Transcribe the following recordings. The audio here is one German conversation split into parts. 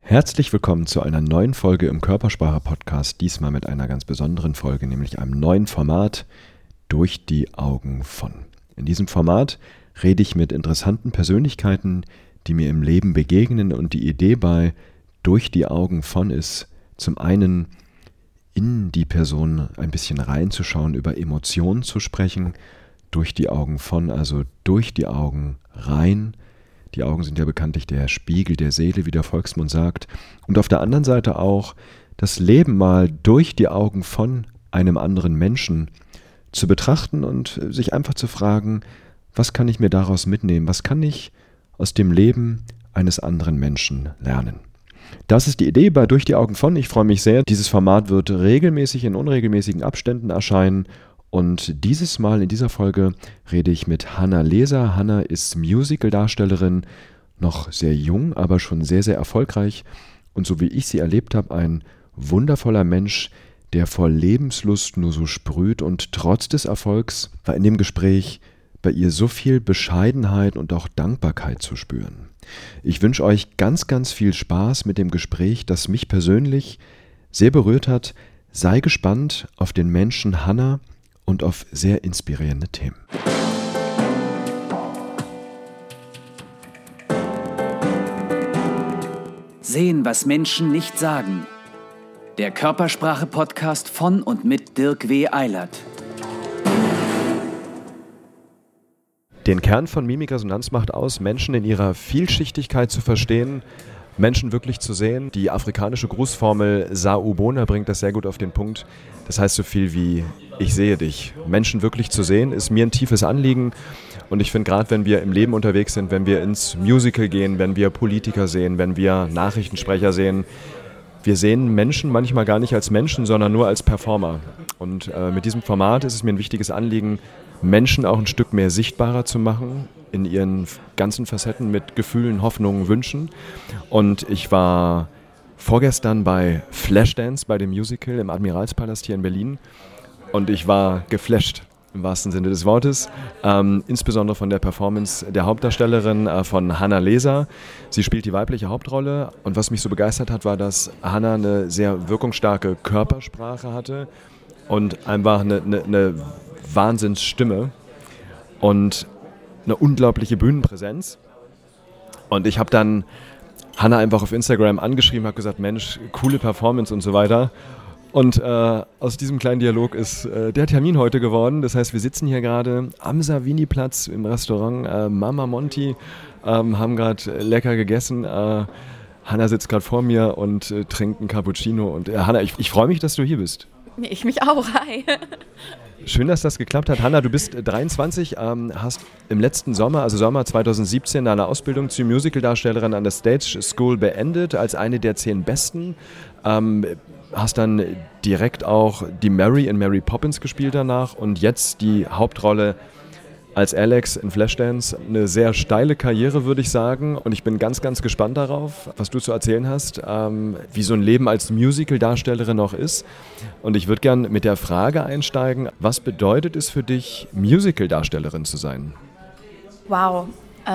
Herzlich willkommen zu einer neuen Folge im Körpersprache-Podcast, diesmal mit einer ganz besonderen Folge, nämlich einem neuen Format, Durch die Augen von. In diesem Format rede ich mit interessanten Persönlichkeiten, die mir im Leben begegnen, und die Idee bei Durch die Augen von ist, zum einen in die Person ein bisschen reinzuschauen, über Emotionen zu sprechen, durch die Augen von, also durch die Augen rein. Die Augen sind ja bekanntlich der Spiegel der Seele, wie der Volksmund sagt. Und auf der anderen Seite auch das Leben mal durch die Augen von einem anderen Menschen zu betrachten und sich einfach zu fragen, was kann ich mir daraus mitnehmen? Was kann ich aus dem Leben eines anderen Menschen lernen? Das ist die Idee bei Durch die Augen von. Ich freue mich sehr. Dieses Format wird regelmäßig in unregelmäßigen Abständen erscheinen. Und dieses Mal in dieser Folge rede ich mit Hanna Leser. Hanna ist Musicaldarstellerin, noch sehr jung, aber schon sehr, sehr erfolgreich. Und so wie ich sie erlebt habe, ein wundervoller Mensch, der vor Lebenslust nur so sprüht. Und trotz des Erfolgs war in dem Gespräch bei ihr so viel Bescheidenheit und auch Dankbarkeit zu spüren. Ich wünsche euch ganz, ganz viel Spaß mit dem Gespräch, das mich persönlich sehr berührt hat. Sei gespannt auf den Menschen Hanna und auf sehr inspirierende Themen. Sehen, was Menschen nicht sagen. Der Körpersprache-Podcast von und mit Dirk W. Eilert. Den Kern von Mimikresonanz macht aus, Menschen in ihrer Vielschichtigkeit zu verstehen, Menschen wirklich zu sehen. Die afrikanische Grußformel Sa'ubona bringt das sehr gut auf den Punkt. Das heißt so viel wie ich sehe dich. Menschen wirklich zu sehen, ist mir ein tiefes Anliegen. Und ich finde, gerade wenn wir im Leben unterwegs sind, wenn wir ins Musical gehen, wenn wir Politiker sehen, wenn wir Nachrichtensprecher sehen, wir sehen Menschen manchmal gar nicht als Menschen, sondern nur als Performer. Und mit diesem Format ist es mir ein wichtiges Anliegen, Menschen auch ein Stück mehr sichtbarer zu machen, in ihren ganzen Facetten mit Gefühlen, Hoffnungen, Wünschen. Und ich war vorgestern bei Flashdance, bei dem Musical im Admiralspalast hier in Berlin. Und ich war geflasht, im wahrsten Sinne des Wortes, insbesondere von der Performance der Hauptdarstellerin von Hanna Leser. Sie spielt die weibliche Hauptrolle, und was mich so begeistert hat, war, dass Hanna eine sehr wirkungsstarke Körpersprache hatte und einfach eine Wahnsinnsstimme und eine unglaubliche Bühnenpräsenz. Und ich habe dann Hanna einfach auf Instagram angeschrieben, habe gesagt, Mensch, coole Performance und so weiter. Und aus diesem kleinen Dialog ist der Termin heute geworden. Das heißt, wir sitzen hier gerade am Savini-Platz im Restaurant Mama Monti, haben gerade lecker gegessen. Hanna sitzt gerade vor mir und trinkt einen Cappuccino. Und Hanna, ich freue mich, dass du hier bist. Ich mich auch, hi. Schön, dass das geklappt hat. Hanna, du bist 23, hast im letzten Sommer, also Sommer 2017, deine Ausbildung zur Musicaldarstellerin an der Stage School beendet, als eine der 10 Besten. Hast dann direkt auch die Mary in Mary Poppins gespielt danach und jetzt die Hauptrolle als Alex in Flashdance. Eine sehr steile Karriere, würde ich sagen, und ich bin ganz, ganz gespannt darauf, was du zu erzählen hast, wie so ein Leben als Musical-Darstellerin auch ist. Und ich würde gern mit der Frage einsteigen, was bedeutet es für dich, Musical-Darstellerin zu sein? Wow.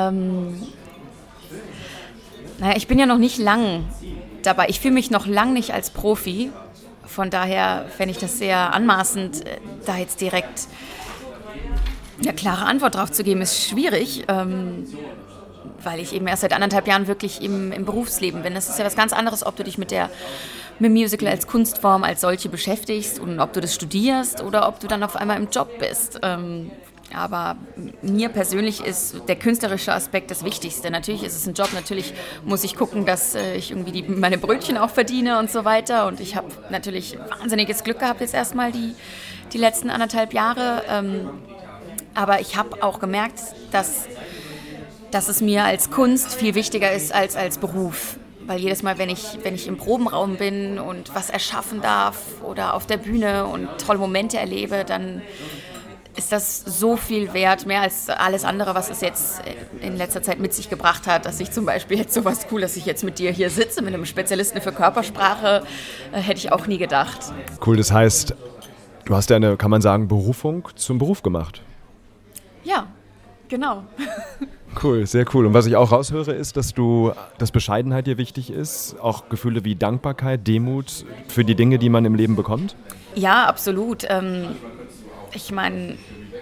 Ich bin ja noch nicht lang dabei. Ich fühle mich noch lang nicht als Profi. Von daher fände ich das sehr anmaßend, da jetzt direkt eine klare Antwort drauf zu geben, ist schwierig, weil ich eben erst seit 1,5 Jahren wirklich im Berufsleben bin. Das ist ja was ganz anderes, ob du dich mit Musical als Kunstform als solche beschäftigst und ob du das studierst oder ob du dann auf einmal im Job bist. Aber mir persönlich ist der künstlerische Aspekt das Wichtigste. Natürlich ist es ein Job, natürlich muss ich gucken, dass ich irgendwie meine Brötchen auch verdiene und so weiter. Und ich habe natürlich wahnsinniges Glück gehabt jetzt erstmal die letzten 1,5 Jahre. Aber ich habe auch gemerkt, dass es mir als Kunst viel wichtiger ist als Beruf. Weil jedes Mal, wenn ich im Probenraum bin und was erschaffen darf oder auf der Bühne und tolle Momente erlebe, dann ist das so viel wert, mehr als alles andere, was es jetzt in letzter Zeit mit sich gebracht hat. Dass ich zum Beispiel jetzt sowas cool, dass ich jetzt mit dir hier sitze, mit einem Spezialisten für Körpersprache, hätte ich auch nie gedacht. Cool, das heißt, du hast deine, kann man sagen, Berufung zum Beruf gemacht. Ja, genau. Cool, sehr cool. Und was ich auch raushöre, ist, dass Bescheidenheit dir wichtig ist, auch Gefühle wie Dankbarkeit, Demut für die Dinge, die man im Leben bekommt? Ja, absolut. Ich meine,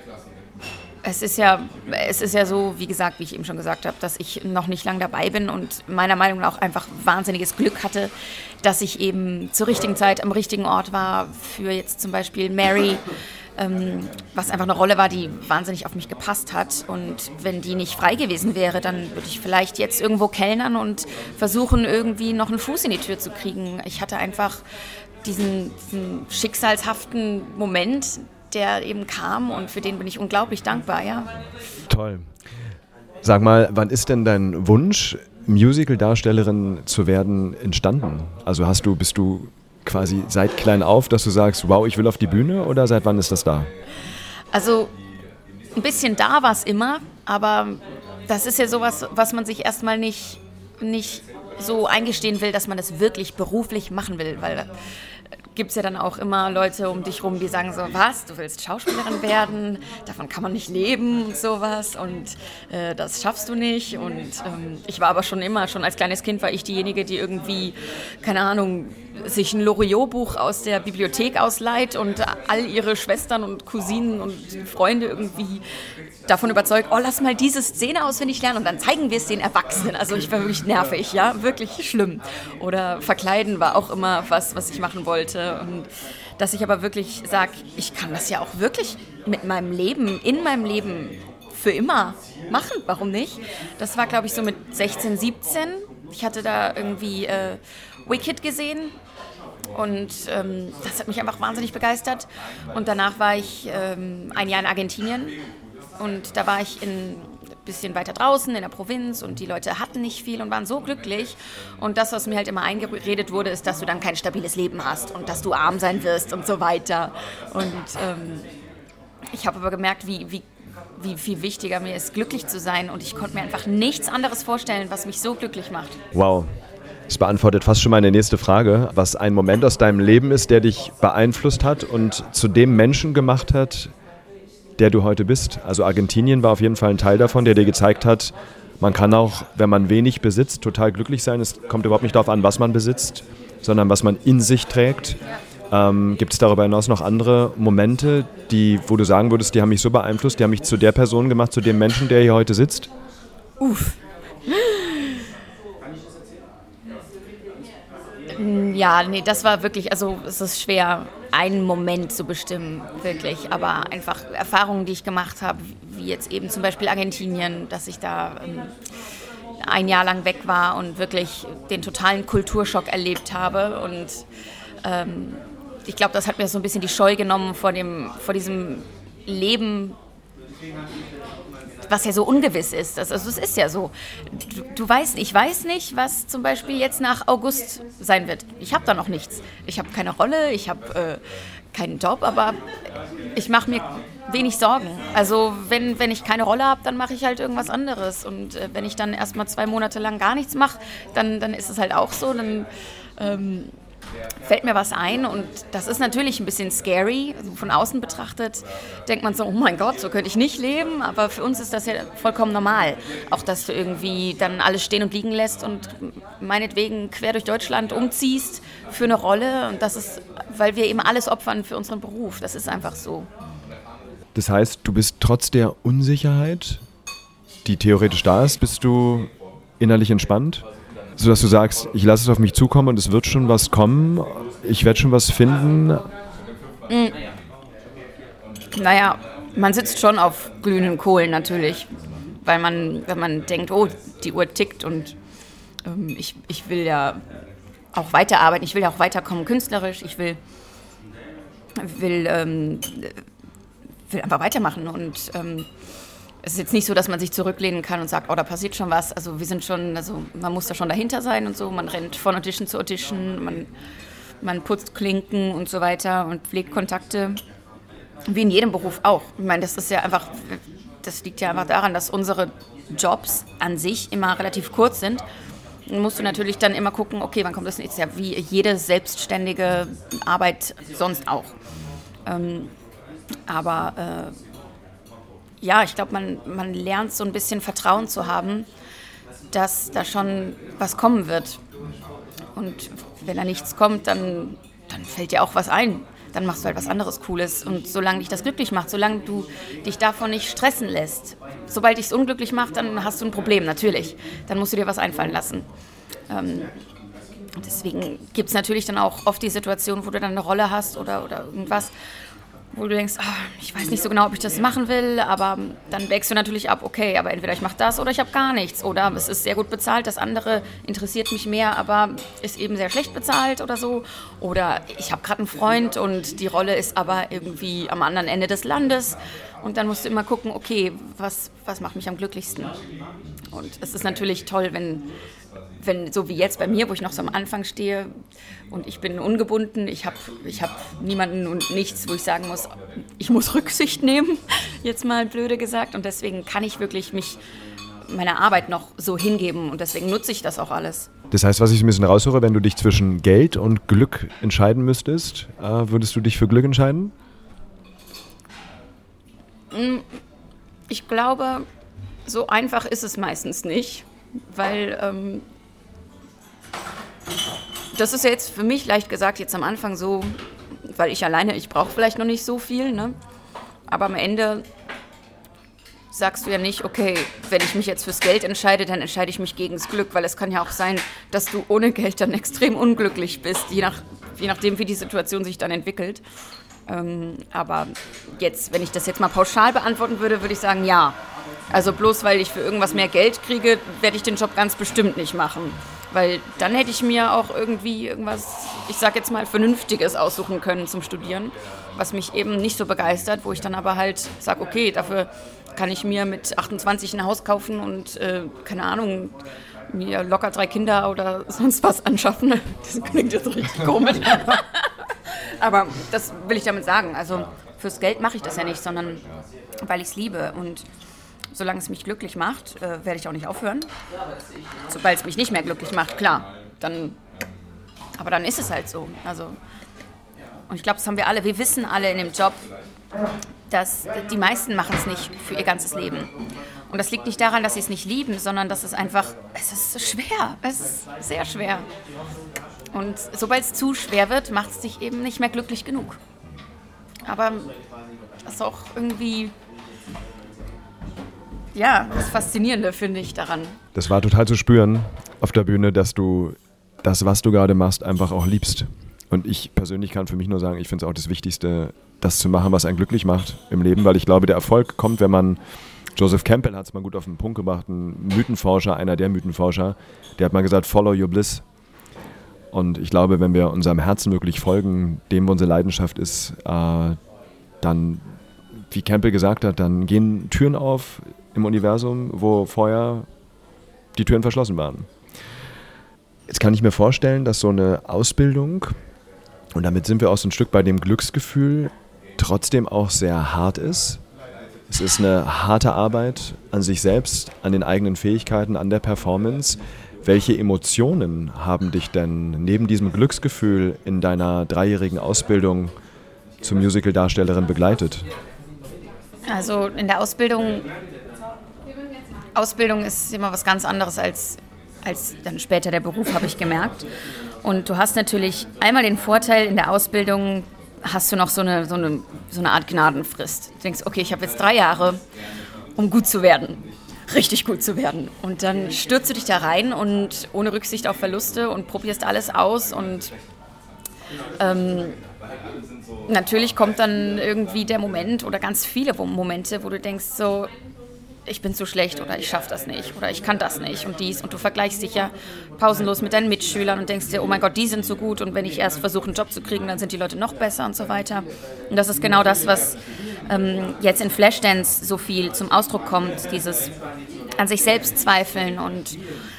es ist ja so, wie gesagt, wie ich eben schon gesagt habe, dass ich noch nicht lang dabei bin und meiner Meinung nach auch einfach wahnsinniges Glück hatte, dass ich eben zur richtigen Zeit am richtigen Ort war für jetzt zum Beispiel Mary, was einfach eine Rolle war, die wahnsinnig auf mich gepasst hat. Und wenn die nicht frei gewesen wäre, dann würde ich vielleicht jetzt irgendwo kellnern und versuchen, irgendwie noch einen Fuß in die Tür zu kriegen. Ich hatte einfach diesen schicksalshaften Moment, der eben kam und für den bin ich unglaublich dankbar, ja. Toll. Sag mal, wann ist denn dein Wunsch, Musical-Darstellerin zu werden, entstanden? Also bist du quasi seit klein auf, dass du sagst, wow, ich will auf die Bühne, oder seit wann ist das da? Also ein bisschen da war es immer, aber das ist ja sowas, was man sich erstmal nicht so eingestehen will, dass man das wirklich beruflich machen will, weil gibt es ja dann auch immer Leute um dich rum, die sagen so, was, du willst Schauspielerin werden, davon kann man nicht leben und sowas und das schaffst du nicht. Und ich war aber schon als kleines Kind war ich diejenige, die irgendwie, keine Ahnung, sich ein Loriot-Buch aus der Bibliothek ausleiht und all ihre Schwestern und Cousinen und Freunde irgendwie davon überzeugt, oh, lass mal diese Szene auswendig lernen und dann zeigen wir es den Erwachsenen. Also ich war wirklich nervig, ja, wirklich schlimm. Oder verkleiden war auch immer was ich machen wollte. Und dass ich aber wirklich sage, ich kann das ja auch wirklich in meinem Leben für immer machen, warum nicht? Das war, glaube ich, so mit 16, 17. Ich hatte da irgendwie Wicked gesehen. Und das hat mich einfach wahnsinnig begeistert. Und danach war ich ein Jahr in Argentinien. Und da war ich ein bisschen weiter draußen in der Provinz und die Leute hatten nicht viel und waren so glücklich. Und das, was mir halt immer eingeredet wurde, ist, dass du dann kein stabiles Leben hast und dass du arm sein wirst und so weiter. Und ich habe aber gemerkt, wie viel wichtiger mir ist, glücklich zu sein. Und ich konnte mir einfach nichts anderes vorstellen, was mich so glücklich macht. Wow. Das beantwortet fast schon meine nächste Frage, was ein Moment aus deinem Leben ist, der dich beeinflusst hat und zu dem Menschen gemacht hat, der du heute bist. Also Argentinien war auf jeden Fall ein Teil davon, der dir gezeigt hat, man kann auch, wenn man wenig besitzt, total glücklich sein. Es kommt überhaupt nicht darauf an, was man besitzt, sondern was man in sich trägt. Gibt es darüber hinaus noch andere Momente, wo du sagen würdest, die haben mich so beeinflusst, die haben mich zu der Person gemacht, zu dem Menschen, der hier heute sitzt? Ja, nee, das war wirklich, also es ist schwer, einen Moment zu bestimmen, wirklich. Aber einfach Erfahrungen, die ich gemacht habe, wie jetzt eben zum Beispiel Argentinien, dass ich da ein Jahr lang weg war und wirklich den totalen Kulturschock erlebt habe. Und ich glaube, das hat mir so ein bisschen die Scheu genommen vor diesem Leben, was ja so ungewiss ist. Also es ist ja so. Ich weiß nicht, was zum Beispiel jetzt nach August sein wird. Ich habe da noch nichts. Ich habe keine Rolle, ich habe keinen Job, aber ich mache mir wenig Sorgen. Also wenn ich keine Rolle habe, dann mache ich halt irgendwas anderes. Und wenn ich dann erstmal 2 Monate lang gar nichts mache, dann ist es halt auch so. Dann fällt mir was ein und das ist natürlich ein bisschen scary. Also von außen betrachtet denkt man so, oh mein Gott, so könnte ich nicht leben, aber für uns ist das ja vollkommen normal. Auch, dass du irgendwie dann alles stehen und liegen lässt und meinetwegen quer durch Deutschland umziehst für eine Rolle und das ist, weil wir eben alles opfern für unseren Beruf. Das ist einfach so. Das heißt, du bist trotz der Unsicherheit, die theoretisch da ist, bist du innerlich entspannt? Sodass du sagst, ich lasse es auf mich zukommen und es wird schon was kommen, ich werde schon was finden? Naja, man sitzt schon auf glühenden Kohlen natürlich, weil wenn man denkt, oh, die Uhr tickt und ich will ja auch weiterarbeiten, ich will ja auch weiterkommen künstlerisch, ich will einfach weitermachen und es ist jetzt nicht so, dass man sich zurücklehnen kann und sagt, oh, da passiert schon was. Also man muss da schon dahinter sein und so. Man rennt von Audition zu Audition, man putzt Klinken und so weiter und pflegt Kontakte. Wie in jedem Beruf auch. Ich meine, das liegt ja einfach daran, dass unsere Jobs an sich immer relativ kurz sind. Dann musst du natürlich dann immer gucken, okay, wann kommt das nächste Jahr? Wie jede selbstständige Arbeit sonst auch. ja, ich glaube, man lernt so ein bisschen Vertrauen zu haben, dass da schon was kommen wird. Und wenn da nichts kommt, dann fällt dir auch was ein. Dann machst du halt was anderes Cooles. Und solange dich das glücklich macht, solange du dich davon nicht stressen lässt, sobald dich es unglücklich macht, dann hast du ein Problem, natürlich. Dann musst du dir was einfallen lassen. Deswegen gibt es natürlich dann auch oft die Situation, wo du dann eine Rolle hast oder irgendwas, wo du denkst, ich weiß nicht so genau, ob ich das machen will, aber dann wägst du natürlich ab, okay, aber entweder ich mache das oder ich habe gar nichts oder es ist sehr gut bezahlt, das andere interessiert mich mehr, aber ist eben sehr schlecht bezahlt oder so, oder ich habe gerade einen Freund und die Rolle ist aber irgendwie am anderen Ende des Landes und dann musst du immer gucken, okay, was macht mich am glücklichsten? Und es ist natürlich toll, wenn so wie jetzt bei mir, wo ich noch so am Anfang stehe und ich bin ungebunden, ich hab niemanden und nichts, wo ich sagen muss, ich muss Rücksicht nehmen, jetzt mal blöde gesagt. Und deswegen kann ich wirklich mich meiner Arbeit noch so hingeben und deswegen nutze ich das auch alles. Das heißt, was ich ein bisschen raushöre, wenn du dich zwischen Geld und Glück entscheiden müsstest, würdest du dich für Glück entscheiden? Ich glaube, so einfach ist es meistens nicht, weil das ist ja jetzt für mich leicht gesagt jetzt am Anfang so, weil ich brauche vielleicht noch nicht so viel, ne? Aber am Ende sagst du ja nicht, okay, wenn ich mich jetzt fürs Geld entscheide, dann entscheide ich mich gegen das Glück, weil es kann ja auch sein, dass du ohne Geld dann extrem unglücklich bist, je nachdem, wie die Situation sich dann entwickelt. Aber jetzt, wenn ich das jetzt mal pauschal beantworten würde, würde ich sagen, ja. Also bloß weil ich für irgendwas mehr Geld kriege, werde ich den Job ganz bestimmt nicht machen. Weil dann hätte ich mir auch irgendwie irgendwas, ich sag jetzt mal, Vernünftiges aussuchen können zum Studieren, was mich eben nicht so begeistert, wo ich dann aber halt sage, okay, dafür kann ich mir mit 28 ein Haus kaufen und, keine Ahnung, mir locker 3 Kinder oder sonst was anschaffen. Das klingt jetzt richtig komisch. Aber das will ich damit sagen. Also fürs Geld mache ich das ja nicht, sondern weil ich es liebe. Und solange es mich glücklich macht, werde ich auch nicht aufhören. Sobald es mich nicht mehr glücklich macht, klar. Aber dann ist es halt so. Also, und ich glaube, das haben wir alle. Wir wissen alle in dem Job, dass die meisten machen es nicht für ihr ganzes Leben. Und das liegt nicht daran, dass sie es nicht lieben, sondern dass es ist schwer. Es ist sehr schwer. Und sobald es zu schwer wird, macht es dich eben nicht mehr glücklich genug. Aber das ist auch irgendwie, ja, das Faszinierende, finde ich, daran. Das war total zu spüren auf der Bühne, dass du das, was du gerade machst, einfach auch liebst. Und ich persönlich kann für mich nur sagen, ich finde es auch das Wichtigste, das zu machen, was einen glücklich macht im Leben, weil ich glaube, der Erfolg kommt, wenn man, Joseph Campbell hat es mal gut auf den Punkt gebracht, ein Mythenforscher, einer der Mythenforscher, der hat mal gesagt, follow your bliss. Und ich glaube, wenn wir unserem Herzen wirklich folgen, dem unsere Leidenschaft ist, dann, wie Campbell gesagt hat, dann gehen Türen auf im Universum, wo vorher die Türen verschlossen waren. Jetzt kann ich mir vorstellen, dass so eine Ausbildung, und damit sind wir auch so ein Stück bei dem Glücksgefühl, trotzdem auch sehr hart ist. Es ist eine harte Arbeit an sich selbst, an den eigenen Fähigkeiten, an der Performance. Welche Emotionen haben dich denn neben diesem Glücksgefühl in deiner 3-jährigen Ausbildung zur Musical-Darstellerin begleitet? Also in der Ausbildung ist immer was ganz anderes als dann später der Beruf, habe ich gemerkt. Und du hast natürlich einmal den Vorteil, in der Ausbildung hast du noch so eine Art Gnadenfrist. Du denkst, okay, ich habe jetzt 3 Jahre, um gut zu werden. Richtig gut zu werden. Und dann stürzt du dich da rein und ohne Rücksicht auf Verluste und probierst alles aus und natürlich kommt dann irgendwie der Moment oder ganz viele Momente, wo du denkst so, ich bin zu schlecht oder ich schaffe das nicht oder ich kann das nicht und dies und du vergleichst dich ja pausenlos mit deinen Mitschülern und denkst dir, oh mein Gott, die sind so gut und wenn ich erst versuche, einen Job zu kriegen, dann sind die Leute noch besser und so weiter. Und das ist genau das, was jetzt in Flashdance so viel zum Ausdruck kommt, dieses an sich selbst zweifeln und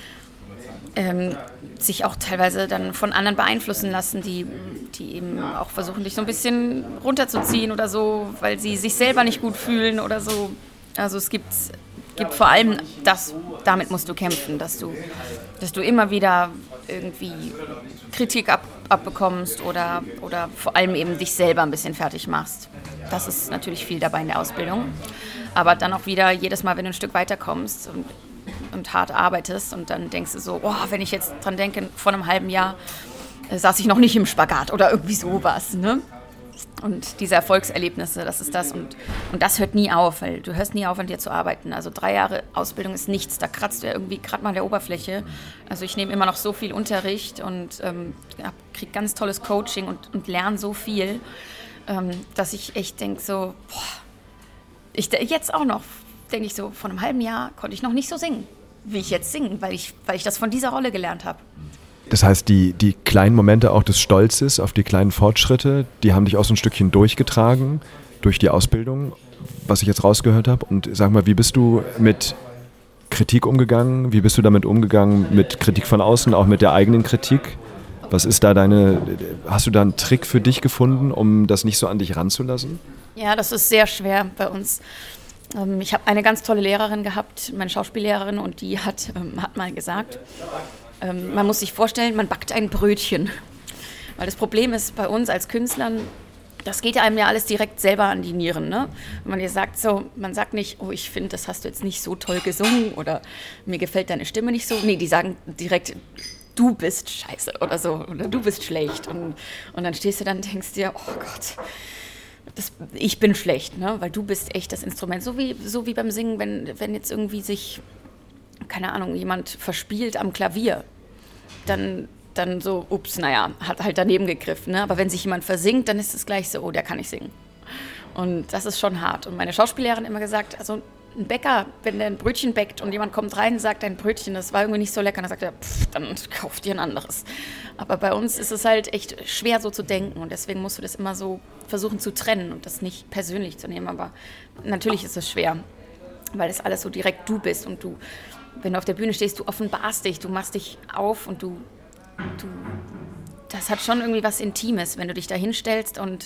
sich auch teilweise dann von anderen beeinflussen lassen, die eben auch versuchen, dich so ein bisschen runterzuziehen oder so, weil sie sich selber nicht gut fühlen oder so. Also es gibt vor allem das, damit musst du kämpfen, dass du immer wieder irgendwie Kritik abbekommst oder vor allem eben dich selber ein bisschen fertig machst. Das ist natürlich viel dabei in der Ausbildung. Aber dann auch wieder jedes Mal, wenn du ein Stück weiterkommst und hart arbeitest und dann denkst du so, oh, wenn ich jetzt dran denke, vor einem halben Jahr saß ich noch nicht im Spagat oder irgendwie sowas, ne? Und diese Erfolgserlebnisse, das ist das. Und das hört nie auf, weil du hörst nie auf, an dir zu arbeiten. Also 3 Jahre Ausbildung ist nichts, da kratzt du ja irgendwie gerade mal an der Oberfläche. Also ich nehme immer noch so viel Unterricht und kriege ganz tolles Coaching und lerne so viel, dass ich echt denke so, jetzt auch noch, denke ich so, vor einem halben Jahr konnte ich noch nicht so singen, wie ich jetzt singe, weil ich das von dieser Rolle gelernt habe. Das heißt, die kleinen Momente auch des Stolzes auf die kleinen Fortschritte, die haben dich auch so ein Stückchen durchgetragen durch die Ausbildung, was ich jetzt rausgehört habe. Und sag mal, wie bist du mit Kritik umgegangen? Wie bist du damit umgegangen mit Kritik von außen, auch mit der eigenen Kritik? Was ist da hast du da einen Trick für dich gefunden, um das nicht so an dich ranzulassen? Ja, das ist sehr schwer bei uns. Ich habe eine ganz tolle Lehrerin gehabt, meine Schauspiellehrerin, und die hat mal gesagt, man muss sich vorstellen, man backt ein Brötchen. Weil das Problem ist bei uns als Künstlern, das geht einem ja alles direkt selber an die Nieren. Ne? Wenn man dir sagt so, man sagt nicht, oh, ich finde, das hast du jetzt nicht so toll gesungen oder mir gefällt deine Stimme nicht so. Nee, die sagen direkt, du bist scheiße oder so oder du bist schlecht. Und dann stehst du dann und denkst dir, oh Gott, ich bin schlecht, ne? Weil du bist echt das Instrument. So wie beim Singen, wenn jetzt irgendwie sich, keine Ahnung, jemand verspielt am Klavier, dann so, ups, naja, hat halt daneben gegriffen. Ne? Aber wenn sich jemand versingt, dann ist es gleich so, oh, der kann nicht singen. Und das ist schon hart. Und meine Schauspiellehrerin hat immer gesagt, also ein Bäcker, wenn der ein Brötchen bäckt und jemand kommt rein und sagt, dein Brötchen, das war irgendwie nicht so lecker, dann sagt er, dann kauf dir ein anderes. Aber bei uns ist es halt echt schwer so zu denken und deswegen musst du das immer so versuchen zu trennen und das nicht persönlich zu nehmen. Aber natürlich ist es schwer, weil das alles so direkt du bist und du, wenn du auf der Bühne stehst, du offenbarst dich, du machst dich auf und du das hat schon irgendwie was Intimes, wenn du dich da hinstellst und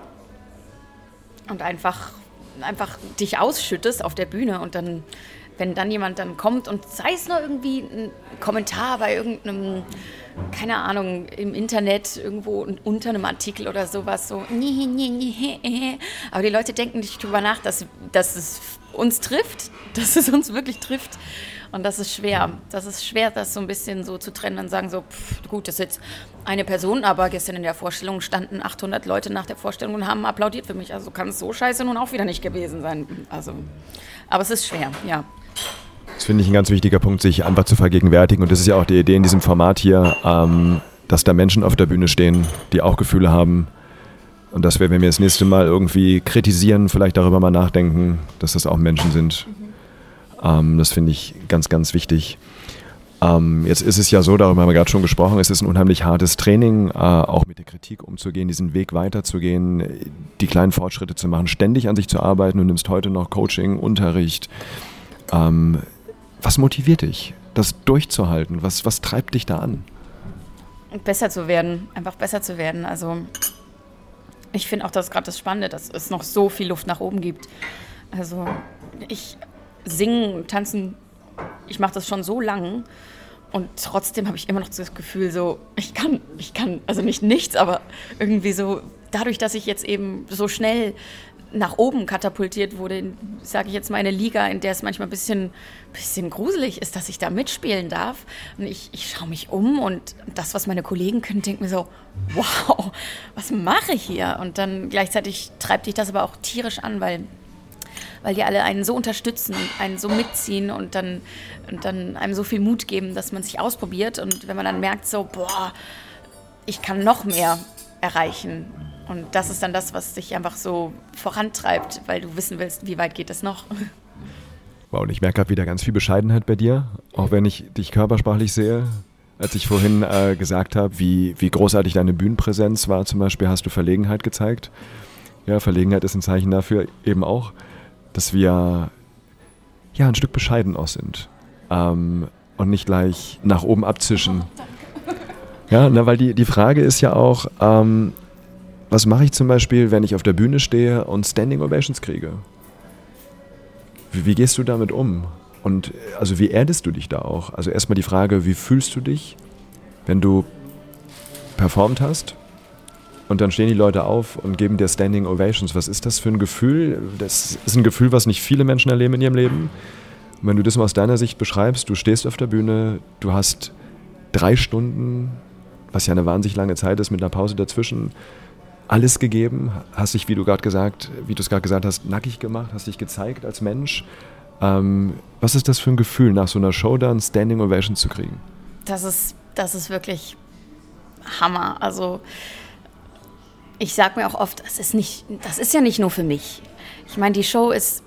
einfach dich ausschüttest auf der Bühne und dann, wenn dann jemand dann kommt und sei es nur irgendwie ein Kommentar bei irgendeinem, keine Ahnung, im Internet irgendwo unter einem Artikel oder sowas, so aber die Leute denken nicht drüber nach, dass es uns trifft, dass es uns wirklich trifft. Und das ist schwer. Das ist schwer, das so ein bisschen so zu trennen und sagen so, gut, das ist jetzt eine Person, aber gestern in der Vorstellung standen 800 Leute nach der Vorstellung und haben applaudiert für mich. Also kann es so scheiße nun auch wieder nicht gewesen sein. Also, aber es ist schwer, ja. Das finde ich ein ganz wichtiger Punkt, sich einfach zu vergegenwärtigen. Und das ist ja auch die Idee in diesem Format hier, dass da Menschen auf der Bühne stehen, die auch Gefühle haben. Und dass wir, wenn wir das nächste Mal irgendwie kritisieren, vielleicht darüber mal nachdenken, dass das auch Menschen sind. Das finde ich ganz, ganz wichtig. Jetzt ist es ja so, darüber haben wir gerade schon gesprochen, es ist ein unheimlich hartes Training, auch mit der Kritik umzugehen, diesen Weg weiterzugehen, die kleinen Fortschritte zu machen, ständig an sich zu arbeiten. Du nimmst heute noch Coaching, Unterricht. Was motiviert dich, das durchzuhalten? Was treibt dich da an? Besser zu werden, einfach besser zu werden. Also ich finde auch, das ist gerade das Spannende, dass es noch so viel Luft nach oben gibt. Also Singen, Tanzen, ich mache das schon so lang und trotzdem habe ich immer noch das Gefühl so, ich kann, also nicht nichts, aber irgendwie so, dadurch, dass ich jetzt eben so schnell nach oben katapultiert wurde, sage ich jetzt mal, eine Liga, in der es manchmal ein bisschen gruselig ist, dass ich da mitspielen darf. Und ich schaue mich um und das, was meine Kollegen können, denke mir so, wow, was mache ich hier? Und dann gleichzeitig treibt dich das aber auch tierisch an, weil die alle einen so unterstützen und einen so mitziehen und dann einem so viel Mut geben, dass man sich ausprobiert. Und wenn man dann merkt so, boah, ich kann noch mehr erreichen. Und das ist dann das, was dich einfach so vorantreibt, weil du wissen willst, wie weit geht es noch. Wow, und ich merke gerade wieder ganz viel Bescheidenheit bei dir, auch wenn ich dich körpersprachlich sehe. Als ich vorhin gesagt habe, wie großartig deine Bühnenpräsenz war, zum Beispiel, hast du Verlegenheit gezeigt. Ja, Verlegenheit ist ein Zeichen dafür eben auch, dass wir ja ein Stück bescheiden auch sind und nicht gleich nach oben abzischen. Ja, weil die Frage ist ja auch, was mache ich zum Beispiel, wenn ich auf der Bühne stehe und Standing Ovations kriege? Wie gehst du damit um? Und also wie erdest du dich da auch? Also erstmal die Frage, wie fühlst du dich, wenn du performt hast? und dann stehen die Leute auf und geben dir Standing Ovations. Was ist das für ein Gefühl? Das ist ein Gefühl, was nicht viele Menschen erleben in ihrem Leben. Und wenn du das mal aus deiner Sicht beschreibst, du stehst auf der Bühne, du hast 3 Stunden, was ja eine wahnsinnig lange Zeit ist, mit einer Pause dazwischen, alles gegeben, hast dich, wie du es gerade gesagt hast, nackig gemacht, hast dich gezeigt als Mensch. Was ist das für ein Gefühl, nach so einer Show dann Standing Ovation zu kriegen? Das ist wirklich Hammer. Also ich sage mir auch oft, das ist ja nicht nur für mich. Ich meine, die Show ist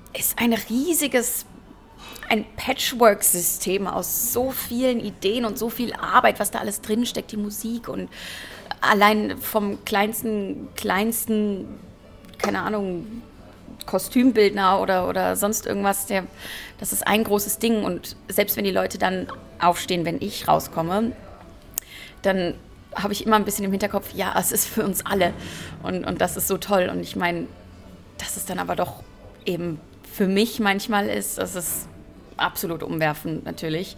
ein Patchwork-System aus so vielen Ideen und so viel Arbeit, was da alles drinsteckt, die Musik und allein vom kleinsten, keine Ahnung, Kostümbildner oder sonst irgendwas, das ist ein großes Ding. Und selbst wenn die Leute dann aufstehen, wenn ich rauskomme, dann habe ich immer ein bisschen im Hinterkopf, ja, es ist für uns alle und das ist so toll. Und ich meine, dass es dann aber doch eben für mich manchmal ist, das ist absolut umwerfend natürlich.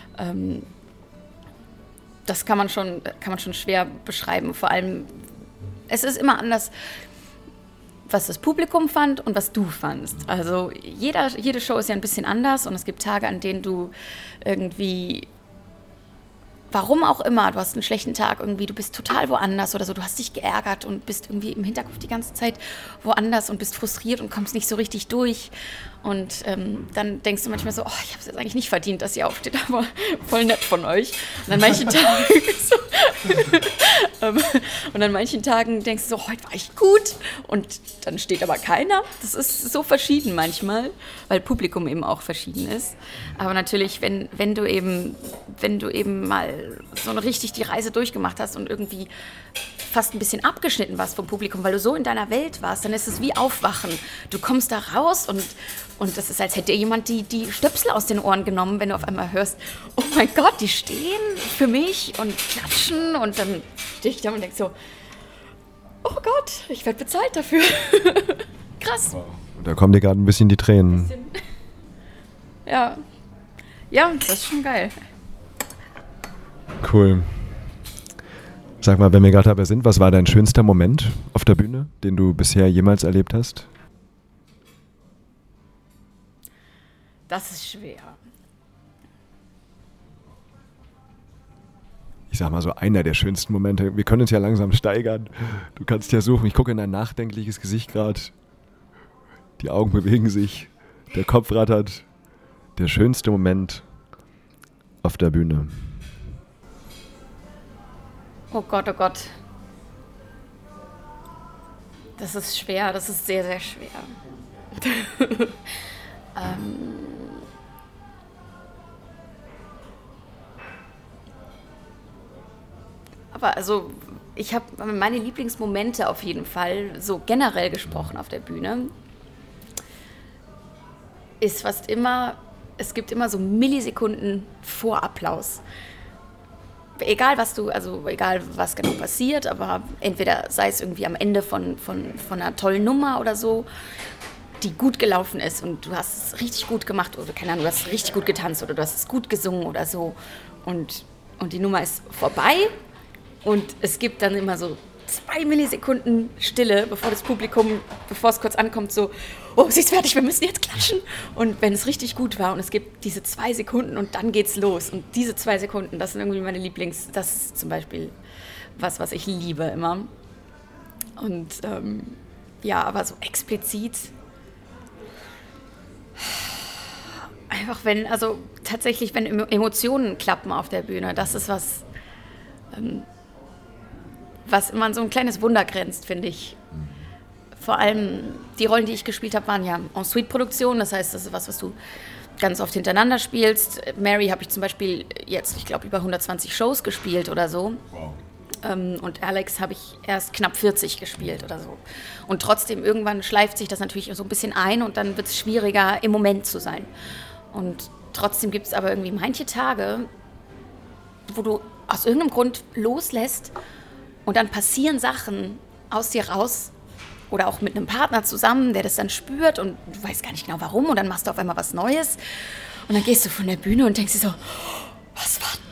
Das kann man schon schwer beschreiben. Vor allem, es ist immer anders, was das Publikum fand und was du fandst. Also jede Show ist ja ein bisschen anders und es gibt Tage, an denen du irgendwie, warum auch immer, du hast einen schlechten Tag irgendwie, du bist total woanders oder so, du hast dich geärgert und bist irgendwie im Hinterkopf die ganze Zeit woanders und bist frustriert und kommst nicht so richtig durch. Und dann denkst du manchmal so, oh, ich habe es jetzt eigentlich nicht verdient, dass ihr aufsteht, aber voll nett von euch. Und an manchen Tagen und an manchen Tagen denkst du so, heute war ich gut und dann steht aber keiner. Das ist so verschieden manchmal, weil Publikum eben auch verschieden ist. Aber natürlich, wenn du eben mal so richtig die Reise durchgemacht hast und irgendwie fast ein bisschen abgeschnitten warst vom Publikum, weil du so in deiner Welt warst, dann ist es wie Aufwachen. Du kommst da raus und das ist, als hätte dir jemand die Stöpsel aus den Ohren genommen, wenn du auf einmal hörst, oh mein Gott, die stehen für mich und klatschen und dann stehe ich da und denke so, oh Gott, ich werde bezahlt dafür. Krass. Da kommen dir gerade ein bisschen die Tränen. Ja, das ist schon geil. Cool. Sag mal, wenn wir gerade dabei sind, was war dein schönster Moment auf der Bühne, den du bisher jemals erlebt hast? Das ist schwer. Ich sag mal so, einer der schönsten Momente. Wir können uns ja langsam steigern. Du kannst ja suchen. Ich gucke in dein nachdenkliches Gesicht gerade. Die Augen bewegen sich. Der Kopf rattert. Der schönste Moment auf der Bühne. Oh Gott, oh Gott. Das ist schwer, das ist sehr, sehr schwer. Aber also, ich habe meine Lieblingsmomente auf jeden Fall, so generell gesprochen auf der Bühne, ist fast immer, es gibt immer so Millisekunden vor Applaus. Egal was genau passiert, aber entweder sei es irgendwie am Ende von einer tollen Nummer oder so, die gut gelaufen ist und du hast es richtig gut gemacht oder keine Ahnung, du hast richtig gut getanzt oder du hast es gut gesungen oder so und die Nummer ist vorbei und es gibt dann immer so 2 Millisekunden Stille, bevor das Publikum, bevor es kurz ankommt, so, oh, sie ist fertig, wir müssen jetzt klatschen. Und wenn es richtig gut war und es gibt diese 2 Sekunden und dann geht's los. Und diese 2 Sekunden, das sind irgendwie meine das ist zum Beispiel was ich liebe immer. Und aber so explizit, einfach wenn Emotionen klappen auf der Bühne, das ist was immer an so ein kleines Wunder grenzt, finde ich. Vor allem die Rollen, die ich gespielt habe, waren ja En-Suite-Produktionen. Das heißt, das ist was du ganz oft hintereinander spielst. Mary habe ich zum Beispiel jetzt, ich glaube, über 120 Shows gespielt oder so. Wow. Und Alex habe ich erst knapp 40 gespielt oder so. Und trotzdem, irgendwann schleift sich das natürlich so ein bisschen ein und dann wird es schwieriger, im Moment zu sein. Und trotzdem gibt es aber irgendwie manche Tage, wo du aus irgendeinem Grund loslässt und dann passieren Sachen aus dir raus oder auch mit einem Partner zusammen, der das dann spürt und du weißt gar nicht genau warum und dann machst du auf einmal was Neues und dann gehst du von der Bühne und denkst dir so, was war das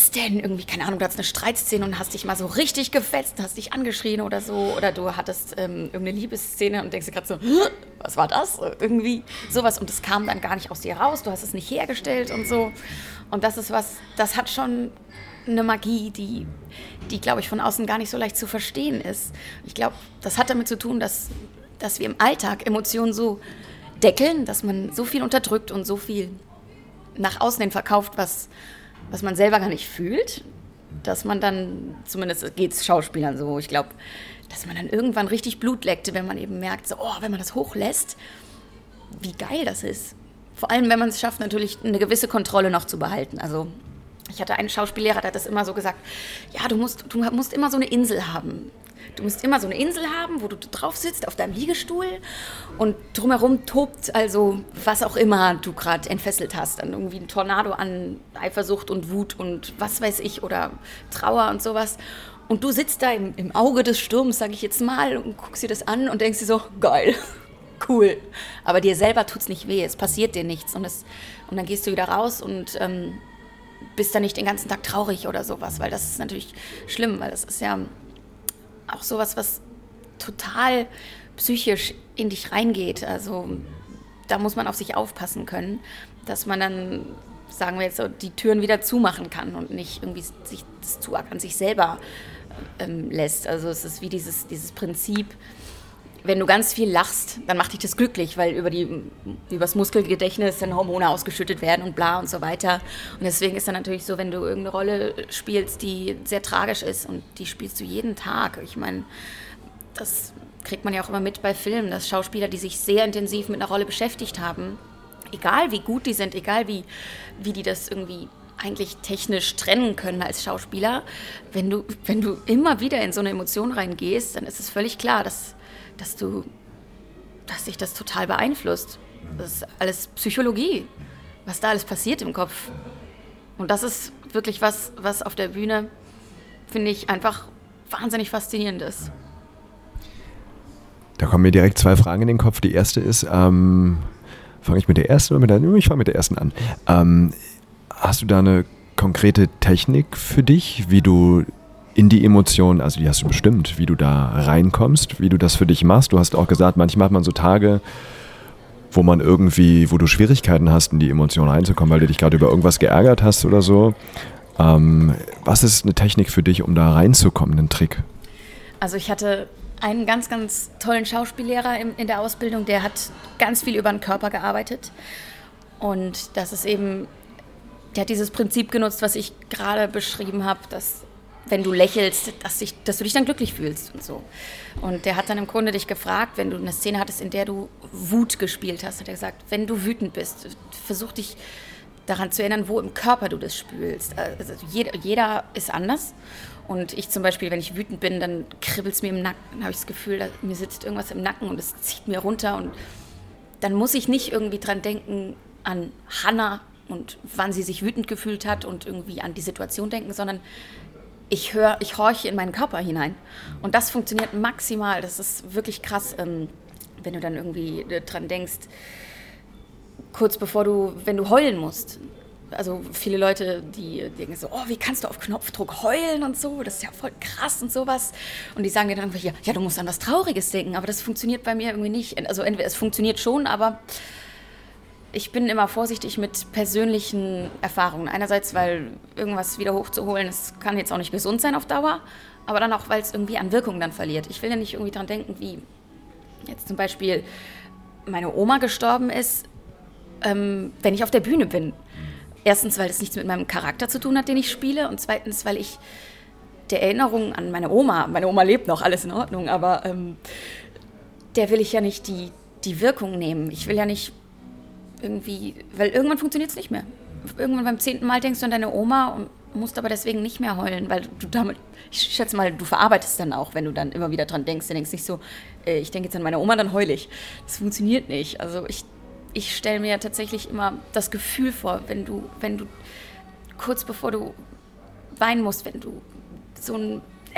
ist denn irgendwie, keine Ahnung, du hattest eine Streitszene und hast dich mal so richtig gefetzt, hast dich angeschrien oder so, oder du hattest irgendeine Liebesszene und denkst dir gerade so, was war das? Irgendwie sowas, und das kam dann gar nicht aus dir raus, du hast es nicht hergestellt und so. Und das ist was, das hat schon eine Magie, die glaube ich, von außen gar nicht so leicht zu verstehen ist. Ich glaube, das hat damit zu tun, dass wir im Alltag Emotionen so deckeln, dass man so viel unterdrückt und so viel nach außen hin verkauft, was man selber gar nicht fühlt, dass man dann, zumindest geht es Schauspielern so, ich glaube, dass man dann irgendwann richtig Blut leckte, wenn man eben merkt, so, wenn man das hochlässt, wie geil das ist. Vor allem, wenn man es schafft, natürlich eine gewisse Kontrolle noch zu behalten. Also ich hatte einen Schauspiellehrer, der hat das immer so gesagt, ja, du musst immer so eine Insel haben. Du musst immer so eine Insel haben, wo du drauf sitzt, auf deinem Liegestuhl und drumherum tobt also was auch immer du gerade entfesselt hast. Dann irgendwie ein Tornado an Eifersucht und Wut und was weiß ich oder Trauer und sowas. Und du sitzt da im Auge des Sturms, sage ich jetzt mal, und guckst dir das an und denkst dir so, geil, cool. Aber dir selber tut's nicht weh, es passiert dir nichts. Und dann gehst du wieder raus und bist dann nicht den ganzen Tag traurig oder sowas, weil das ist natürlich schlimm, weil das ist ja auch sowas, was total psychisch in dich reingeht. Also da muss man auf sich aufpassen können, dass man dann, sagen wir jetzt so, die Türen wieder zumachen kann und nicht irgendwie sich das zu arg an sich selber lässt. Also es ist wie dieses Prinzip, wenn du ganz viel lachst, dann macht dich das glücklich, weil über das Muskelgedächtnis dann Hormone ausgeschüttet werden und bla und so weiter. Und deswegen ist dann natürlich so, wenn du irgendeine Rolle spielst, die sehr tragisch ist und die spielst du jeden Tag. Ich meine, das kriegt man ja auch immer mit bei Filmen, dass Schauspieler, die sich sehr intensiv mit einer Rolle beschäftigt haben, egal wie gut die sind, egal wie die das irgendwie eigentlich technisch trennen können als Schauspieler, wenn du immer wieder in so eine Emotion reingehst, dann ist es völlig klar, dass dich das total beeinflusst. Das ist alles Psychologie, was da alles passiert im Kopf. Und das ist wirklich was auf der Bühne, finde ich, einfach wahnsinnig faszinierend ist. Da kommen mir direkt 2 Fragen in den Kopf. Die erste ist, fange ich mit der ersten oder mit der? Ich fange mit der ersten an. Hast du da eine konkrete Technik für dich, wie du in die Emotionen, also die hast du bestimmt, wie du da reinkommst, wie du das für dich machst? Du hast auch gesagt, manchmal hat man so Tage, wo du Schwierigkeiten hast, in die Emotionen reinzukommen, weil du dich gerade über irgendwas geärgert hast oder so. Was ist eine Technik für dich, um da reinzukommen, ein Trick? Also ich hatte einen ganz, ganz tollen Schauspiellehrer in der Ausbildung, der hat ganz viel über den Körper gearbeitet. Und das ist eben, der hat dieses Prinzip genutzt, was ich gerade beschrieben habe, dass wenn du lächelst, dass du dich dann glücklich fühlst und so. Und der hat dann im Grunde dich gefragt, wenn du eine Szene hattest, in der du Wut gespielt hast, hat er gesagt, wenn du wütend bist, versuch dich daran zu erinnern, wo im Körper du das spürst. Also jeder ist anders. Und ich zum Beispiel, wenn ich wütend bin, dann kribbelt es mir im Nacken, dann habe ich das Gefühl, mir sitzt irgendwas im Nacken und es zieht mir runter. Und dann muss ich nicht irgendwie dran denken an Hannah und wann sie sich wütend gefühlt hat und irgendwie an die Situation denken, sondern ich horche in meinen Körper hinein. Und das funktioniert maximal. Das ist wirklich krass, wenn du dann irgendwie dran denkst, kurz wenn du heulen musst. Also viele Leute, die denken so, wie kannst du auf Knopfdruck heulen und so, das ist ja voll krass und sowas. Und die sagen dir dann, ja, du musst an was Trauriges denken, aber das funktioniert bei mir irgendwie nicht. Also entweder es funktioniert schon, aber ich bin immer vorsichtig mit persönlichen Erfahrungen. Einerseits, weil irgendwas wieder hochzuholen, das kann jetzt auch nicht gesund sein auf Dauer, aber dann auch, weil es irgendwie an Wirkung dann verliert. Ich will ja nicht irgendwie dran denken, wie jetzt zum Beispiel meine Oma gestorben ist, wenn ich auf der Bühne bin. Erstens, weil das nichts mit meinem Charakter zu tun hat, den ich spiele, und zweitens, weil ich der Erinnerung an meine Oma lebt noch, alles in Ordnung, aber der will ich ja nicht die Wirkung nehmen. Ich will ja nicht irgendwie, weil irgendwann funktioniert es nicht mehr. Irgendwann beim 10. Mal denkst du an deine Oma und musst aber deswegen nicht mehr heulen, weil du damit, ich schätze mal, du verarbeitest dann auch, wenn du dann immer wieder dran denkst. Du denkst nicht so, ich denke jetzt an meine Oma, dann heul ich. Das funktioniert nicht. Also ich stelle mir tatsächlich immer das Gefühl vor, wenn du kurz bevor du weinen musst, wenn du so ein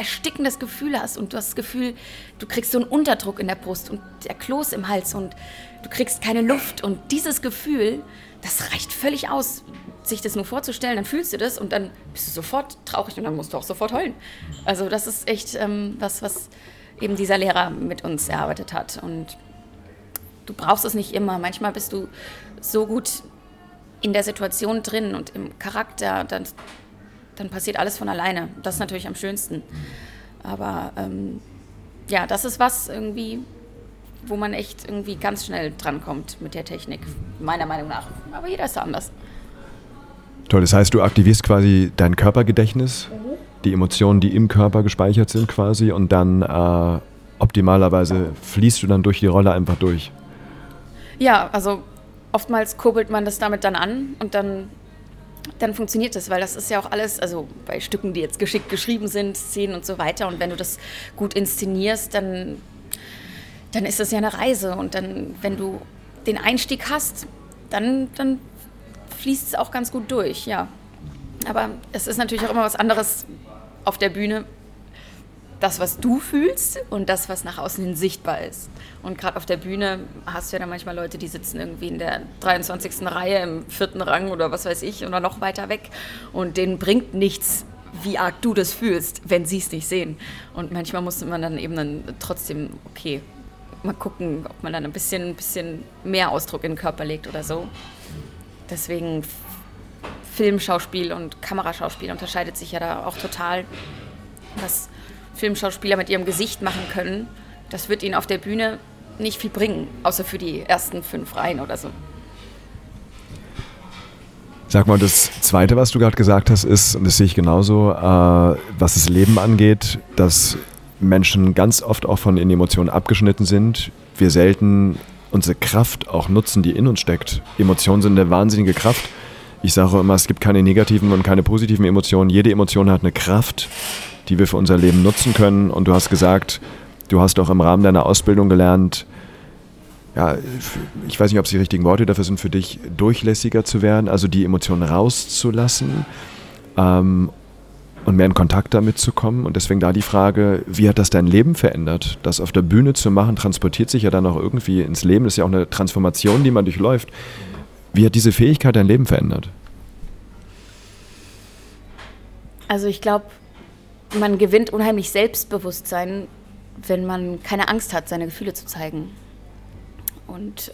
erstickendes Gefühl hast und du hast das Gefühl, du kriegst so einen Unterdruck in der Brust und der Kloß im Hals und du kriegst keine Luft. Und dieses Gefühl, das reicht völlig aus, sich das nur vorzustellen, dann fühlst du das und dann bist du sofort traurig und dann musst du auch sofort heulen. Also das ist echt was eben dieser Lehrer mit uns erarbeitet hat. Und du brauchst es nicht immer. Manchmal bist du so gut in der Situation drin und im Charakter, dann passiert alles von alleine. Das ist natürlich am schönsten. Aber ja, das ist was irgendwie, wo man echt irgendwie ganz schnell drankommt mit der Technik, meiner Meinung nach. Aber jeder ist anders. Toll, das heißt, du aktivierst quasi dein Körpergedächtnis, die Emotionen, die im Körper gespeichert sind quasi und dann optimalerweise fließt du dann durch die Rolle einfach durch. Ja, also oftmals kurbelt man das damit dann an und dann funktioniert das, weil das ist ja auch alles, also bei Stücken, die jetzt geschickt geschrieben sind, Szenen und so weiter und wenn du das gut inszenierst, dann ist das ja eine Reise und dann, wenn du den Einstieg hast, dann fließt es auch ganz gut durch, ja. Aber es ist natürlich auch immer was anderes auf der Bühne, das, was du fühlst und das, was nach außen hin sichtbar ist. Und gerade auf der Bühne hast du ja dann manchmal Leute, die sitzen irgendwie in der 23. Reihe im 4. Rang oder was weiß ich oder noch weiter weg und denen bringt nichts, wie arg du das fühlst, wenn sie es nicht sehen. Und manchmal muss man dann eben dann trotzdem, okay, mal gucken, ob man dann ein bisschen mehr Ausdruck in den Körper legt oder so. Deswegen Filmschauspiel und Kameraschauspiel unterscheidet sich ja da auch total, was Filmschauspieler mit ihrem Gesicht machen können. Das wird ihnen auf der Bühne nicht viel bringen, außer für die ersten 5 Reihen oder so. Sag mal, das Zweite, was du gerade gesagt hast, ist, und das sehe ich genauso, was das Leben angeht, dass Menschen ganz oft auch von ihren Emotionen abgeschnitten sind. Wir selten unsere Kraft auch nutzen, die in uns steckt. Emotionen sind eine wahnsinnige Kraft. Ich sage immer, es gibt keine negativen und keine positiven Emotionen. Jede Emotion hat eine Kraft, die wir für unser Leben nutzen können. Und du hast gesagt, du hast auch im Rahmen deiner Ausbildung gelernt, ja, ich weiß nicht, ob es die richtigen Worte dafür sind für dich, durchlässiger zu werden, also die Emotionen rauszulassen und mehr in Kontakt damit zu kommen. Und deswegen da die Frage, wie hat das dein Leben verändert? Das auf der Bühne zu machen, transportiert sich ja dann auch irgendwie ins Leben. Das ist ja auch eine Transformation, die man durchläuft. Wie hat diese Fähigkeit dein Leben verändert? Also ich glaube, man gewinnt unheimlich Selbstbewusstsein, wenn man keine Angst hat, seine Gefühle zu zeigen. Und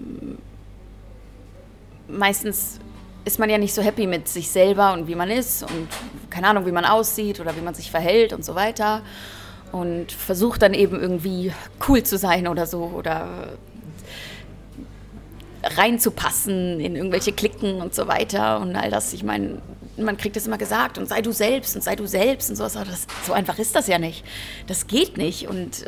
meistens ist man ja nicht so happy mit sich selber und wie man ist und keine Ahnung, wie man aussieht oder wie man sich verhält und so weiter. Und versucht dann eben irgendwie cool zu sein oder so oder reinzupassen in irgendwelche Klicken und so weiter und all das. Ich meine, man kriegt das immer gesagt und sei du selbst und sowas. Aber so einfach ist das ja nicht. Das geht nicht und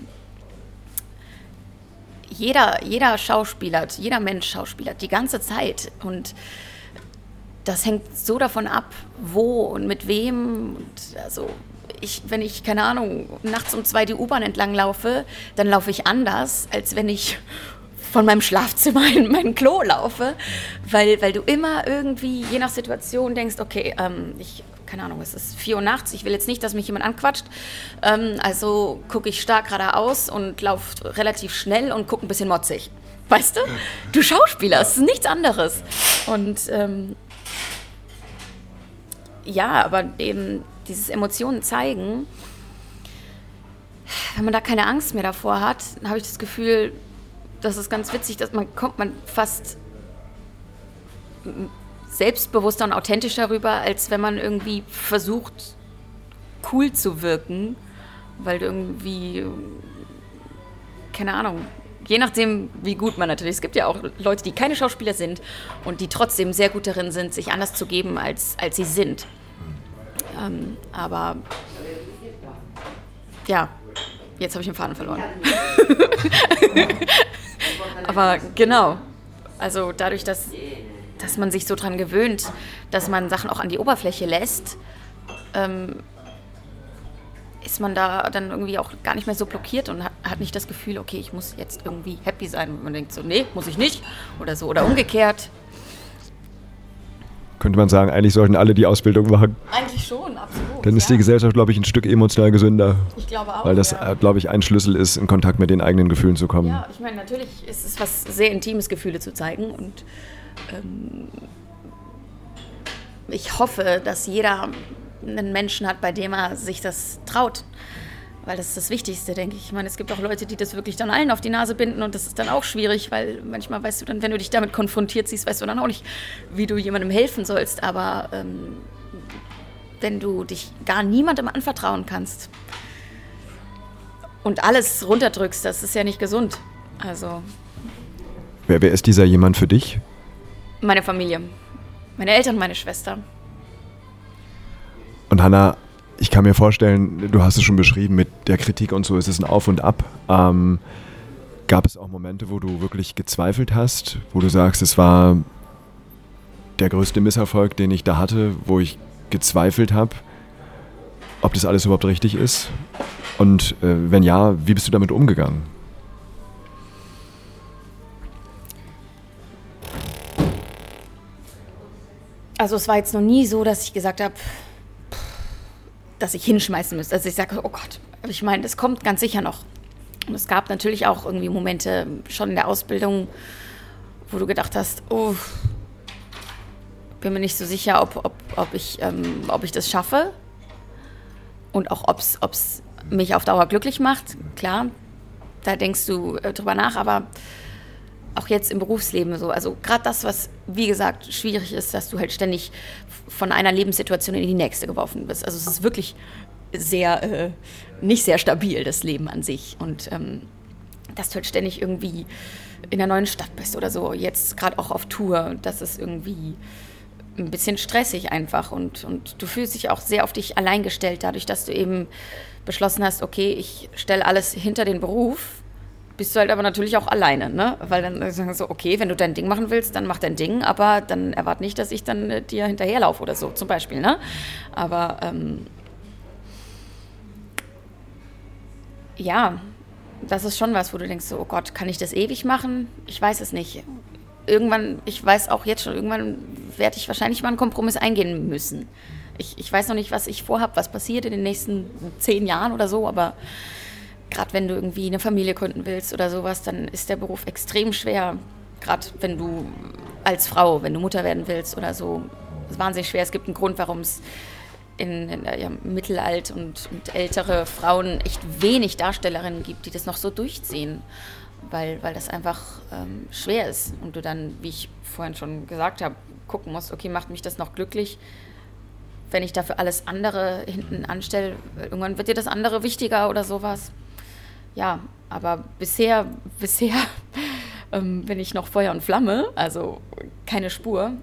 jeder Schauspieler, jeder Mensch schauspielert die ganze Zeit und das hängt so davon ab, wo und mit wem. Und also wenn ich, keine Ahnung, nachts um 2 die U-Bahn entlang laufe, dann laufe ich anders, als wenn ich von meinem Schlafzimmer in mein Klo laufe, weil du immer irgendwie, je nach Situation, denkst, okay, keine Ahnung, es ist 4 Uhr nachts, ich will jetzt nicht, dass mich jemand anquatscht, also gucke ich stark geradeaus und laufe relativ schnell und gucke ein bisschen motzig. Weißt du? Du Schauspieler, es ist nichts anderes. Und ja, aber eben dieses Emotionen zeigen, wenn man da keine Angst mehr davor hat, dann habe ich das Gefühl, das ist ganz witzig, dass man fast selbstbewusster und authentischer rüber, als wenn man irgendwie versucht, cool zu wirken, weil du irgendwie, keine Ahnung, je nachdem, wie gut man natürlich, es gibt ja auch Leute, die keine Schauspieler sind und die trotzdem sehr gut darin sind, sich anders zu geben, als sie sind. Aber ja, jetzt habe ich den Faden verloren. Aber genau, also dadurch, dass man sich so dran gewöhnt, dass man Sachen auch an die Oberfläche lässt, ist man da dann irgendwie auch gar nicht mehr so blockiert und hat nicht das Gefühl, okay, ich muss jetzt irgendwie happy sein. Und man denkt so, nee, muss ich nicht oder so oder umgekehrt. Könnte man sagen, eigentlich sollten alle die Ausbildung machen? Eigentlich schon, absolut. Dann ist die Gesellschaft, glaube ich, ein Stück emotional gesünder. Ich glaube auch. Weil das, glaube ich, ein Schlüssel ist, in Kontakt mit den eigenen Gefühlen zu kommen. Ja, ich meine, natürlich ist es was sehr Intimes, Gefühle zu zeigen. Und ich hoffe, dass jeder einen Menschen hat, bei dem er sich das traut. Weil das ist das Wichtigste, denke ich. Ich meine, es gibt auch Leute, die das wirklich dann allen auf die Nase binden und das ist dann auch schwierig, weil manchmal weißt du dann, wenn du dich damit konfrontiert siehst, weißt du dann auch nicht, wie du jemandem helfen sollst. Aber wenn du dich gar niemandem anvertrauen kannst und alles runterdrückst, das ist ja nicht gesund. Also Wer ist dieser jemand für dich? meine Familie, meine Eltern, meine Schwester. Und Hannah, ich kann mir vorstellen, du hast es schon beschrieben, mit der Kritik und so ist es ein Auf und Ab. Gab es auch Momente, wo du wirklich gezweifelt hast, wo du sagst, es war der größte Misserfolg, den ich da hatte, wo ich gezweifelt habe, ob das alles überhaupt richtig ist? Und wenn ja, wie bist du damit umgegangen? Also es war jetzt noch nie so, dass ich gesagt habe, dass ich hinschmeißen müsste. Also ich sage, oh Gott, ich meine, das kommt ganz sicher noch. Und es gab natürlich auch irgendwie Momente schon in der Ausbildung, wo du gedacht hast, oh, bin mir nicht so sicher, ob ich das schaffe und auch ob es mich auf Dauer glücklich macht. Klar, da denkst du drüber nach, aber auch jetzt im Berufsleben so. Also gerade das, was, wie gesagt, schwierig ist, dass du halt ständig von einer Lebenssituation in die nächste geworfen bist. Also es ist wirklich sehr, nicht sehr stabil, das Leben an sich. Und dass du halt ständig irgendwie in einer neuen Stadt bist oder so, jetzt gerade auch auf Tour, das ist irgendwie ein bisschen stressig einfach. Und du fühlst dich auch sehr auf dich allein gestellt, dadurch, dass du eben beschlossen hast, okay, ich stelle alles hinter den Beruf, bist du halt aber natürlich auch alleine, ne? Weil dann sagen so, okay, wenn du dein Ding machen willst, dann mach dein Ding, aber dann erwarte nicht, dass ich dann dir hinterherlaufe oder so, zum Beispiel, ne? Aber ja, das ist schon was, wo du denkst so, oh Gott, kann ich das ewig machen? Ich weiß es nicht. Irgendwann, ich weiß auch jetzt schon, irgendwann werde ich wahrscheinlich mal einen Kompromiss eingehen müssen. Ich weiß noch nicht, was ich vorhabe, was passiert in den nächsten 10 Jahren oder so, aber gerade wenn du irgendwie eine Familie gründen willst oder sowas, dann ist der Beruf extrem schwer. Gerade wenn du als Frau, wenn du Mutter werden willst oder so, ist wahnsinnig schwer. Es gibt einen Grund, warum es in Mittelalt und ältere Frauen echt wenig Darstellerinnen gibt, die das noch so durchziehen, weil das einfach schwer ist. Und du dann, wie ich vorhin schon gesagt habe, gucken musst, okay, macht mich das noch glücklich? Wenn ich dafür alles andere hinten anstelle, irgendwann wird dir das andere wichtiger oder sowas. Ja, aber bisher bin ich noch Feuer und Flamme, also keine Spur.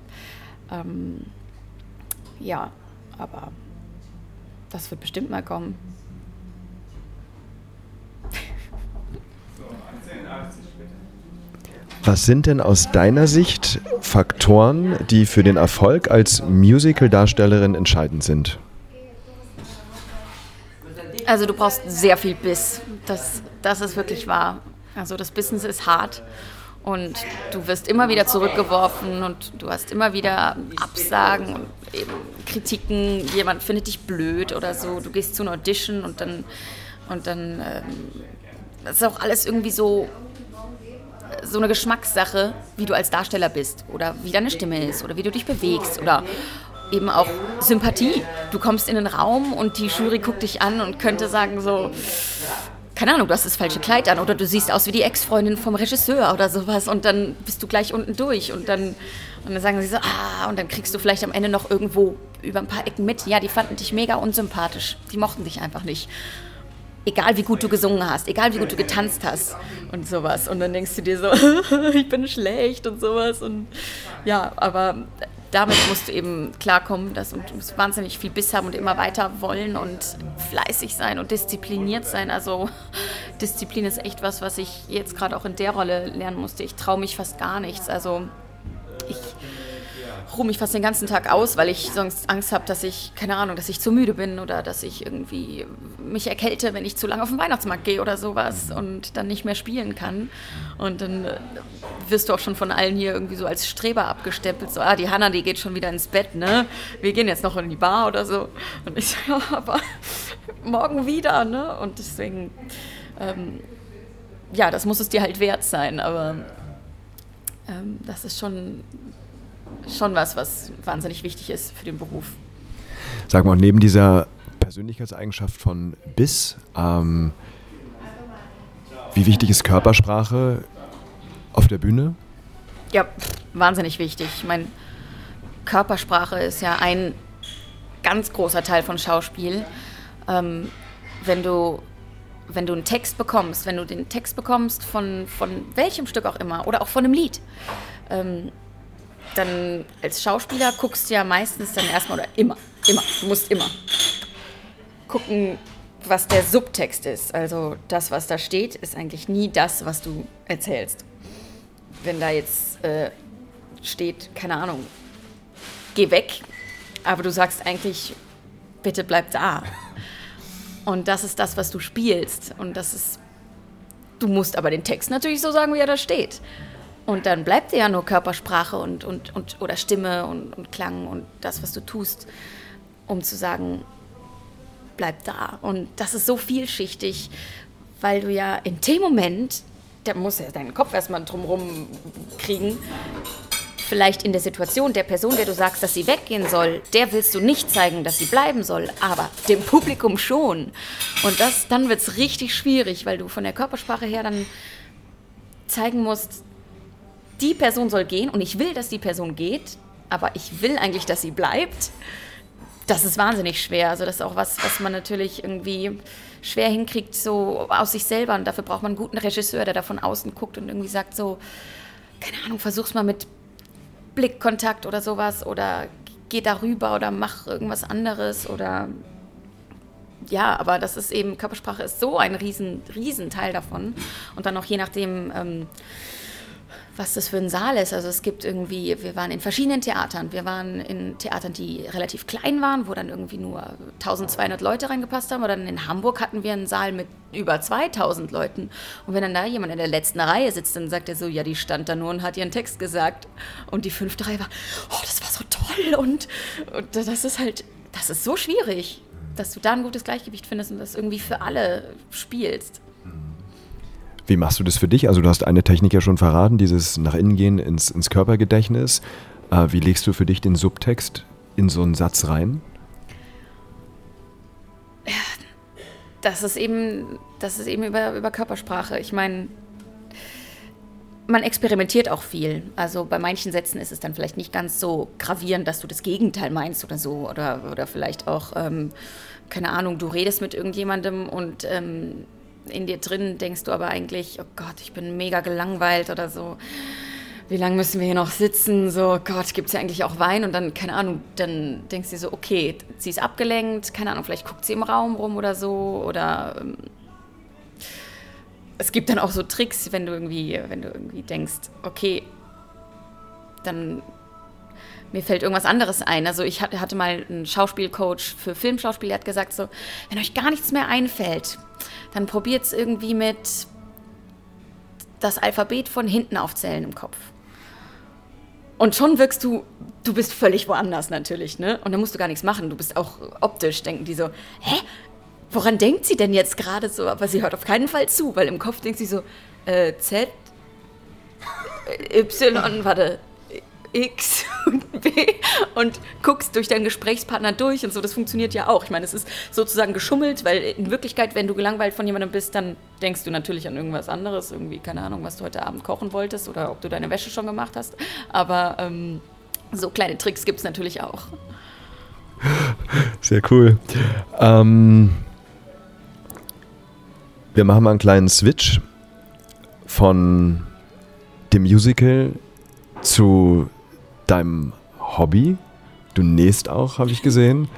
Ja, aber das wird bestimmt mal kommen. Was sind denn aus deiner Sicht Faktoren, die für den Erfolg als Musical-Darstellerin entscheidend sind? Also du brauchst sehr viel Biss, das ist wirklich wahr. Also das Business ist hart und du wirst immer wieder zurückgeworfen und du hast immer wieder Absagen und eben Kritiken, jemand findet dich blöd oder so, du gehst zu einer Audition und dann das ist auch alles irgendwie so eine Geschmackssache, wie du als Darsteller bist oder wie deine Stimme ist oder wie du dich bewegst oder eben auch Sympathie. Du kommst in den Raum und die Jury guckt dich an und könnte sagen so, keine Ahnung, du hast das falsche Kleid an oder du siehst aus wie die Ex-Freundin vom Regisseur oder sowas und dann bist du gleich unten durch und dann sagen sie so, und dann kriegst du vielleicht am Ende noch irgendwo über ein paar Ecken mit, ja, die fanden dich mega unsympathisch, die mochten dich einfach nicht. Egal wie gut du gesungen hast, egal wie gut du getanzt hast und sowas. Und dann denkst du dir so, ich bin schlecht und sowas. Und ja, aber damit musst du eben klarkommen, du musst wahnsinnig viel Biss haben und immer weiter wollen und fleißig sein und diszipliniert sein. Also Disziplin ist echt was ich jetzt gerade auch in der Rolle lernen musste. Ich traue mich fast gar nichts. Also ruhe mich fast den ganzen Tag aus, weil ich sonst Angst habe, dass ich, keine Ahnung, dass ich zu müde bin oder dass ich irgendwie mich erkälte, wenn ich zu lange auf den Weihnachtsmarkt gehe oder sowas und dann nicht mehr spielen kann. Und dann wirst du auch schon von allen hier irgendwie so als Streber abgestempelt, so, die Hanna, die geht schon wieder ins Bett, ne? Wir gehen jetzt noch in die Bar oder so. Und ich so, ja, aber morgen wieder, ne? Und deswegen, ja, das muss es dir halt wert sein, aber das ist schon was wahnsinnig wichtig ist für den Beruf. Sag mal, neben dieser Persönlichkeitseigenschaft von Biss, wie wichtig ist Körpersprache auf der Bühne? Ja, wahnsinnig wichtig. Ich meine, Körpersprache ist ja ein ganz großer Teil von Schauspiel. Wenn du einen Text bekommst, wenn du den Text bekommst von welchem Stück auch immer oder auch von einem Lied, dann als Schauspieler guckst du ja meistens dann erstmal oder immer, du musst immer gucken, was der Subtext ist. Also das, was da steht, ist eigentlich nie das, was du erzählst. Wenn da jetzt steht, keine Ahnung, geh weg, aber du sagst eigentlich, bitte bleib da. Und das ist das, was du spielst. Und du musst aber den Text natürlich so sagen, wie er da steht. Und dann bleibt dir ja nur Körpersprache und oder Stimme und Klang und das, was du tust, um zu sagen, bleib da. Und das ist so vielschichtig, weil du ja in dem Moment, da musst du ja deinen Kopf erstmal drumherum kriegen, vielleicht in der Situation der Person, der du sagst, dass sie weggehen soll, der willst du nicht zeigen, dass sie bleiben soll, aber dem Publikum schon. Und dann wird es richtig schwierig, weil du von der Körpersprache her dann zeigen musst, die Person soll gehen und ich will, dass die Person geht, aber ich will eigentlich, dass sie bleibt. Das ist wahnsinnig schwer. Also das ist auch was man natürlich irgendwie schwer hinkriegt, so aus sich selber. Und dafür braucht man einen guten Regisseur, der da von außen guckt und irgendwie sagt so, keine Ahnung, versuch's mal mit Blickkontakt oder sowas oder geh darüber oder mach irgendwas anderes oder ja, aber das ist eben, Körpersprache ist so ein riesen Teil davon und dann auch je nachdem, was das für ein Saal ist. Also es gibt irgendwie, wir waren in verschiedenen Theatern. Wir waren in Theatern, die relativ klein waren, wo dann irgendwie nur 1200 Leute reingepasst haben. Oder dann in Hamburg hatten wir einen Saal mit über 2000 Leuten. Und wenn dann da jemand in der letzten Reihe sitzt, dann sagt er so, ja, die stand da nur und hat ihren Text gesagt. Und die 5. Reihe war, oh, das war so toll. Und das ist so schwierig, dass du da ein gutes Gleichgewicht findest und das irgendwie für alle spielst. Wie machst du das für dich? Also du hast eine Technik ja schon verraten, dieses nach innen gehen ins Körpergedächtnis. Wie legst du für dich den Subtext in so einen Satz rein? Ja, das ist eben über Körpersprache. Ich meine, man experimentiert auch viel. Also bei manchen Sätzen ist es dann vielleicht nicht ganz so gravierend, dass du das Gegenteil meinst oder so. Oder vielleicht auch, keine Ahnung, du redest mit irgendjemandem und in dir drin denkst du aber eigentlich, oh Gott, ich bin mega gelangweilt oder so. Wie lange müssen wir hier noch sitzen? So, Gott, gibt es ja eigentlich auch Wein? Und dann, keine Ahnung, dann denkst du dir so, okay, sie ist abgelenkt, keine Ahnung, vielleicht guckt sie im Raum rum oder so. Oder es gibt dann auch so Tricks, wenn du irgendwie denkst, okay, dann mir fällt irgendwas anderes ein. Also ich hatte mal einen Schauspielcoach für Filmschauspiel, der hat gesagt so, wenn euch gar nichts mehr einfällt, dann probiert es irgendwie mit das Alphabet von hinten aufzählen im Kopf. Und schon wirkst du bist völlig woanders natürlich, ne? Und dann musst du gar nichts machen, du bist auch optisch, denken die so, hä? Woran denkt sie denn jetzt gerade so? Aber sie hört auf keinen Fall zu, weil im Kopf denkt sie so, Z, Y, warte, X und B und guckst durch deinen Gesprächspartner durch und so, das funktioniert ja auch. Ich meine, es ist sozusagen geschummelt, weil in Wirklichkeit, wenn du gelangweilt von jemandem bist, dann denkst du natürlich an irgendwas anderes, irgendwie, keine Ahnung, was du heute Abend kochen wolltest oder ob du deine Wäsche schon gemacht hast, aber so kleine Tricks gibt es natürlich auch. Sehr cool. Wir machen mal einen kleinen Switch von dem Musical zu deinem Hobby. Du nähst auch, habe ich gesehen.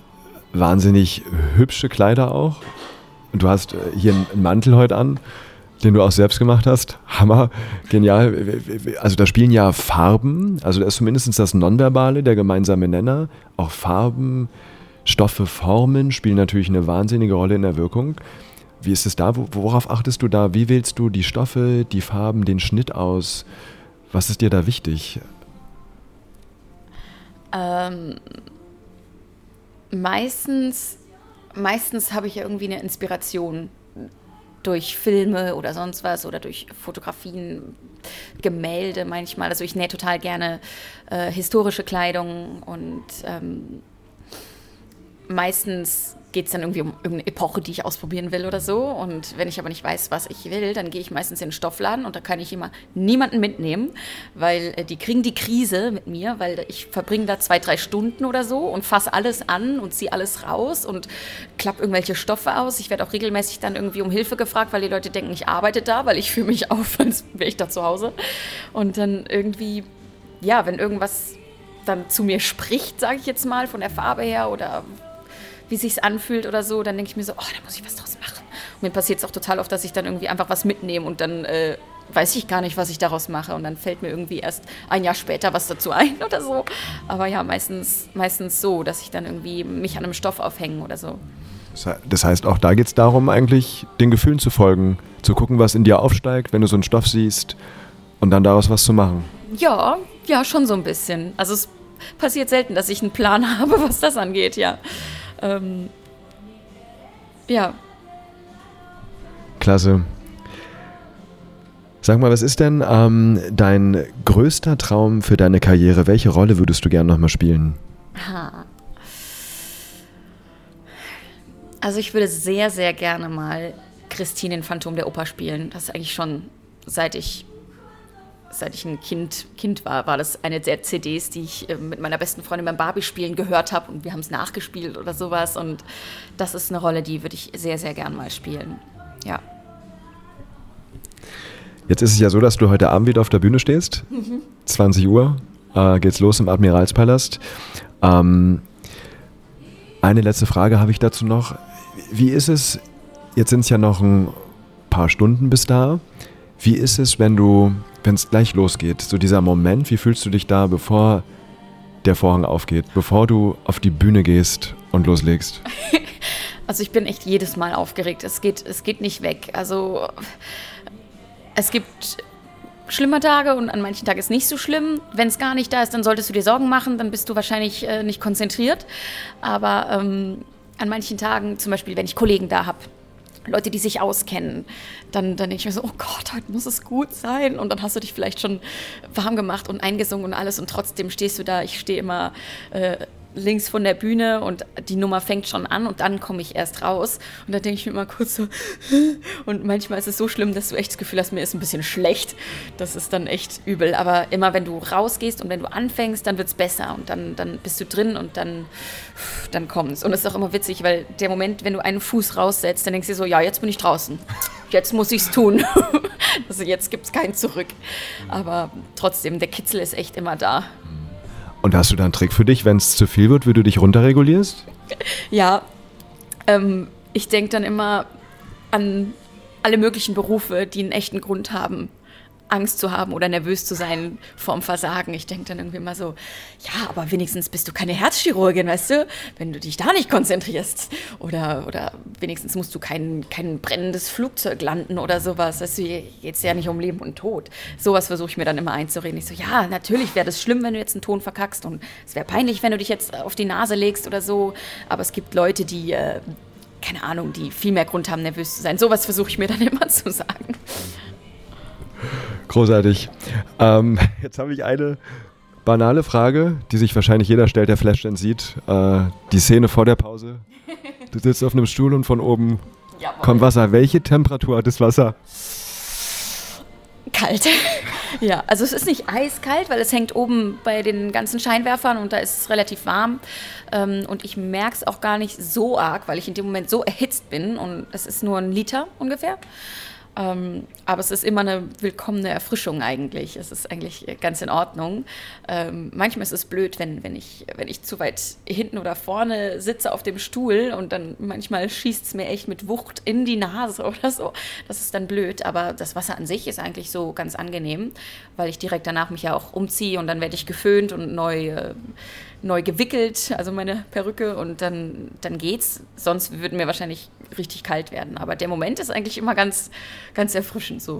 Wahnsinnig hübsche Kleider auch. Und du hast hier einen Mantel heute an. den du auch selbst gemacht hast. Hammer, genial. Also da spielen ja Farben, also da ist zumindest das Nonverbale, der gemeinsame Nenner. Auch Farben, Stoffe, Formen spielen natürlich eine wahnsinnige Rolle in der Wirkung. Wie ist es da? Worauf achtest du da? Wie wählst du die Stoffe, die Farben, den Schnitt aus? Was ist dir da wichtig? Meistens habe ich ja irgendwie eine Inspiration durch Filme oder sonst was oder durch Fotografien, Gemälde manchmal. Also ich nähe total gerne historische Kleidung und meistens geht es dann irgendwie um irgendeine Epoche, die ich ausprobieren will oder so. Und wenn ich aber nicht weiß, was ich will, dann gehe ich meistens in den Stoffladen und da kann ich immer niemanden mitnehmen, weil die kriegen die Krise mit mir, weil ich verbringe da 2-3 Stunden oder so und fasse alles an und ziehe alles raus und klappe irgendwelche Stoffe aus. Ich werde auch regelmäßig dann irgendwie um Hilfe gefragt, weil die Leute denken, ich arbeite da, weil ich fühle mich auf, als wäre ich da zu Hause. Und dann irgendwie, ja, wenn irgendwas dann zu mir spricht, sage ich jetzt mal, von der Farbe her oder wie sich's anfühlt oder so, dann denke ich mir so, oh, da muss ich was draus machen. Und mir passiert es auch total oft, dass ich dann irgendwie einfach was mitnehme und dann weiß ich gar nicht, was ich daraus mache und dann fällt mir irgendwie erst ein Jahr später was dazu ein oder so. Aber ja, meistens so, dass ich dann irgendwie mich an einem Stoff aufhänge oder so. Das heißt, auch da geht es darum, eigentlich den Gefühlen zu folgen, zu gucken, was in dir aufsteigt, wenn du so einen Stoff siehst und dann daraus was zu machen. Ja, schon so ein bisschen. Also es passiert selten, dass ich einen Plan habe, was das angeht, ja. Ja. Klasse. Sag mal, was ist denn dein größter Traum für deine Karriere? Welche Rolle würdest du gerne nochmal spielen? Also ich würde sehr, sehr gerne mal Christine in Phantom der Oper spielen. Das ist eigentlich schon, seit ich ein Kind war das eine der CDs, die ich mit meiner besten Freundin beim Barbie-Spielen gehört habe und wir haben es nachgespielt oder sowas und das ist eine Rolle, die würde ich sehr, sehr gern mal spielen, ja. Jetzt ist es ja so, dass du heute Abend wieder auf der Bühne stehst, 20 Uhr geht's los im Admiralspalast. Eine letzte Frage habe ich dazu noch. Wie ist es, jetzt sind es ja noch ein paar Stunden bis da, wie ist es, wenn es gleich losgeht, so dieser Moment, wie fühlst du dich da, bevor der Vorhang aufgeht, bevor du auf die Bühne gehst und loslegst? Also ich bin echt jedes Mal aufgeregt, es geht nicht weg. Also es gibt schlimme Tage und an manchen Tagen ist es nicht so schlimm. Wenn es gar nicht da ist, dann solltest du dir Sorgen machen, dann bist du wahrscheinlich nicht konzentriert. Aber an manchen Tagen, zum Beispiel wenn ich Kollegen da habe, Leute, die sich auskennen, dann denke ich mir so, oh Gott, heute muss es gut sein. Und dann hast du dich vielleicht schon warm gemacht und eingesungen und alles und trotzdem stehst du da. Ich stehe immer links von der Bühne und die Nummer fängt schon an und dann komme ich erst raus. Und dann denke ich mir immer kurz so, und manchmal ist es so schlimm, dass du echt das Gefühl hast, mir ist ein bisschen schlecht. Das ist dann echt übel. Aber immer, wenn du rausgehst und wenn du anfängst, dann wird es besser und dann bist du drin und dann kommt es. Und es ist auch immer witzig, weil der Moment, wenn du einen Fuß raussetzt, dann denkst du dir so, ja, jetzt bin ich draußen. Jetzt muss ich es tun. Also jetzt gibt es kein Zurück. Aber trotzdem, der Kitzel ist echt immer da. Und hast du da einen Trick für dich, wenn es zu viel wird, wie du dich runterregulierst? Ja, ich denke dann immer an alle möglichen Berufe, die einen echten Grund haben, Angst zu haben oder nervös zu sein vorm Versagen. Ich denke dann irgendwie immer so, ja, aber wenigstens bist du keine Herzchirurgin, weißt du, wenn du dich da nicht konzentrierst. Oder wenigstens musst du kein brennendes Flugzeug landen oder sowas. Weißt du, hier geht es ja nicht um Leben und Tod. Sowas versuche ich mir dann immer einzureden. Ich so, ja, natürlich wäre das schlimm, wenn du jetzt einen Ton verkackst und es wäre peinlich, wenn du dich jetzt auf die Nase legst oder so. Aber es gibt Leute, die, keine Ahnung, die viel mehr Grund haben, nervös zu sein. Sowas versuche ich mir dann immer zu sagen. Großartig. Jetzt habe ich eine banale Frage, die sich wahrscheinlich jeder stellt, der Flashdance sieht. Die Szene vor der Pause. Du sitzt auf einem Stuhl und von oben kommt Wasser. Welche Temperatur hat das Wasser? Kalt. Ja, also es ist nicht eiskalt, weil es hängt oben bei den ganzen Scheinwerfern und da ist es relativ warm. Und ich merke es auch gar nicht so arg, weil ich in dem Moment so erhitzt bin und es ist nur 1 Liter ungefähr. Aber es ist immer eine willkommene Erfrischung eigentlich. Es ist eigentlich ganz in Ordnung. Manchmal ist es blöd, wenn ich zu weit hinten oder vorne sitze auf dem Stuhl und dann manchmal schießt es mir echt mit Wucht in die Nase oder so. Das ist dann blöd, aber das Wasser an sich ist eigentlich so ganz angenehm, weil ich direkt danach mich ja auch umziehe und dann werde ich geföhnt und neu gewickelt, also meine Perücke, und dann geht's. Sonst würde mir wahrscheinlich richtig kalt werden. Aber der Moment ist eigentlich immer ganz, ganz erfrischend so.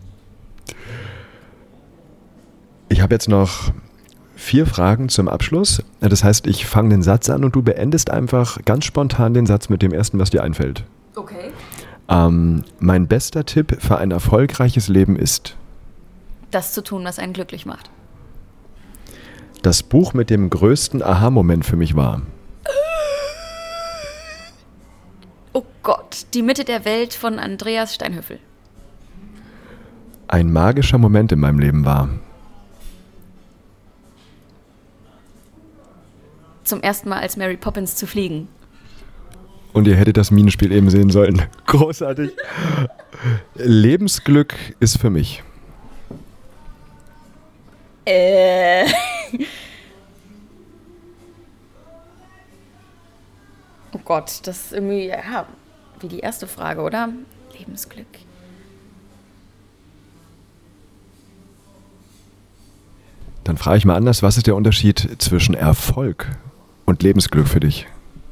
Ich habe jetzt noch 4 Fragen zum Abschluss. Das heißt, ich fange den Satz an und du beendest einfach ganz spontan den Satz mit dem ersten, was dir einfällt. Okay. Mein bester Tipp für ein erfolgreiches Leben ist? Das zu tun, was einen glücklich macht. Das Buch mit dem größten Aha-Moment für mich war? Oh Gott, Die Mitte der Welt von Andreas Steinhöfel. Ein magischer Moment in meinem Leben war? Zum ersten Mal als Mary Poppins zu fliegen. Und ihr hättet das Minenspiel eben sehen sollen. Großartig. Lebensglück ist für mich? Oh Gott, das ist irgendwie, ja, wie die erste Frage, oder? Lebensglück. Dann frage ich mal anders, was ist der Unterschied zwischen Erfolg und Lebensglück für dich?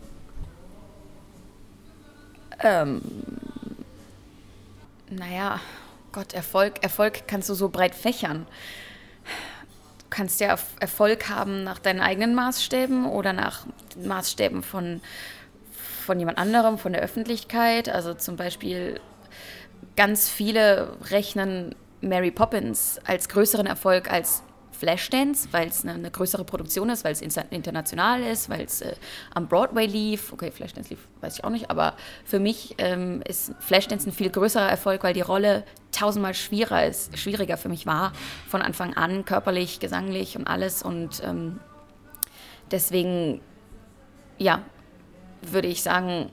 Naja, Gott, Erfolg kannst du so breit fächern. Du kannst ja Erfolg haben nach deinen eigenen Maßstäben oder nach Maßstäben von jemand anderem, von der Öffentlichkeit. Also zum Beispiel ganz viele rechnen Mary Poppins als größeren Erfolg als Flashdance, weil es eine größere Produktion ist, weil es international ist, weil es am Broadway lief. Okay, Flashdance lief, weiß ich auch nicht, aber für mich ist Flashdance ein viel größerer Erfolg, weil die Rolle 1000-mal schwieriger für mich war, von Anfang an, körperlich, gesanglich und alles. Und deswegen, ja, würde ich sagen,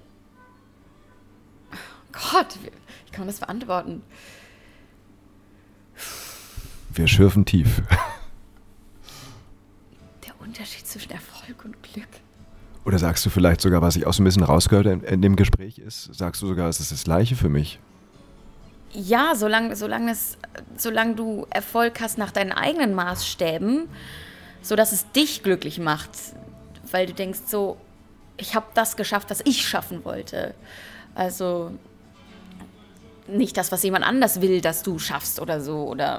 Gott, wie kann man das beantworten? Wir schürfen tief. Unterschied zwischen Erfolg und Glück. Oder sagst du vielleicht sogar, was ich auch so ein bisschen rausgehört in dem Gespräch ist, sagst du sogar, es ist das Gleiche für mich? Ja, solange du Erfolg hast nach deinen eigenen Maßstäben, sodass es dich glücklich macht, weil du denkst so, ich habe das geschafft, was ich schaffen wollte. Also nicht das, was jemand anders will, dass du schaffst oder so, oder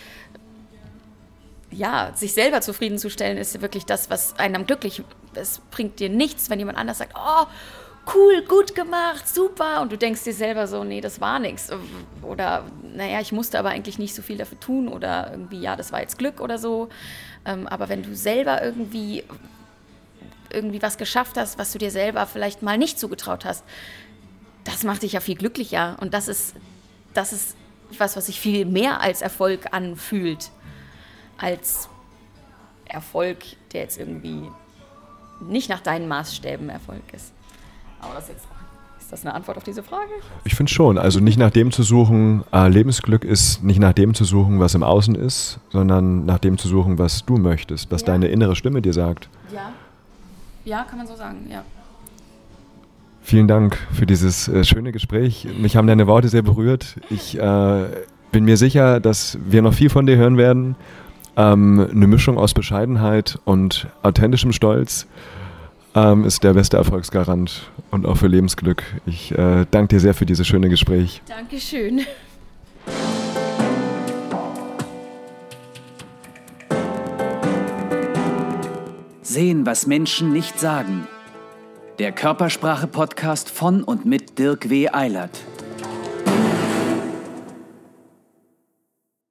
ja, sich selber zufriedenzustellen, ist wirklich das, was einem glücklich macht. Es bringt dir nichts, wenn jemand anders sagt, oh, cool, gut gemacht, super. Und du denkst dir selber so, nee, das war nichts. Oder, naja, ich musste aber eigentlich nicht so viel dafür tun. Oder irgendwie, ja, das war jetzt Glück oder so. Aber wenn du selber irgendwie was geschafft hast, was du dir selber vielleicht mal nicht zugetraut hast, das macht dich ja viel glücklicher. Und das ist was sich viel mehr als Erfolg anfühlt. Als Erfolg, der jetzt irgendwie nicht nach deinen Maßstäben Erfolg ist. Aber ist das eine Antwort auf diese Frage? Ich finde schon. Also nicht nach dem zu suchen, Lebensglück ist nicht nach dem zu suchen, was im Außen ist, sondern nach dem zu suchen, was du möchtest, was deine innere Stimme dir sagt. Ja, kann man so sagen, ja. Vielen Dank für dieses schöne Gespräch. Mich haben deine Worte sehr berührt. Ich bin mir sicher, dass wir noch viel von dir hören werden. Eine Mischung aus Bescheidenheit und authentischem Stolz ist der beste Erfolgsgarant und auch für Lebensglück. Ich danke dir sehr für dieses schöne Gespräch. Dankeschön. Sehen, was Menschen nicht sagen. Der Körpersprache-Podcast von und mit Dirk W. Eilert.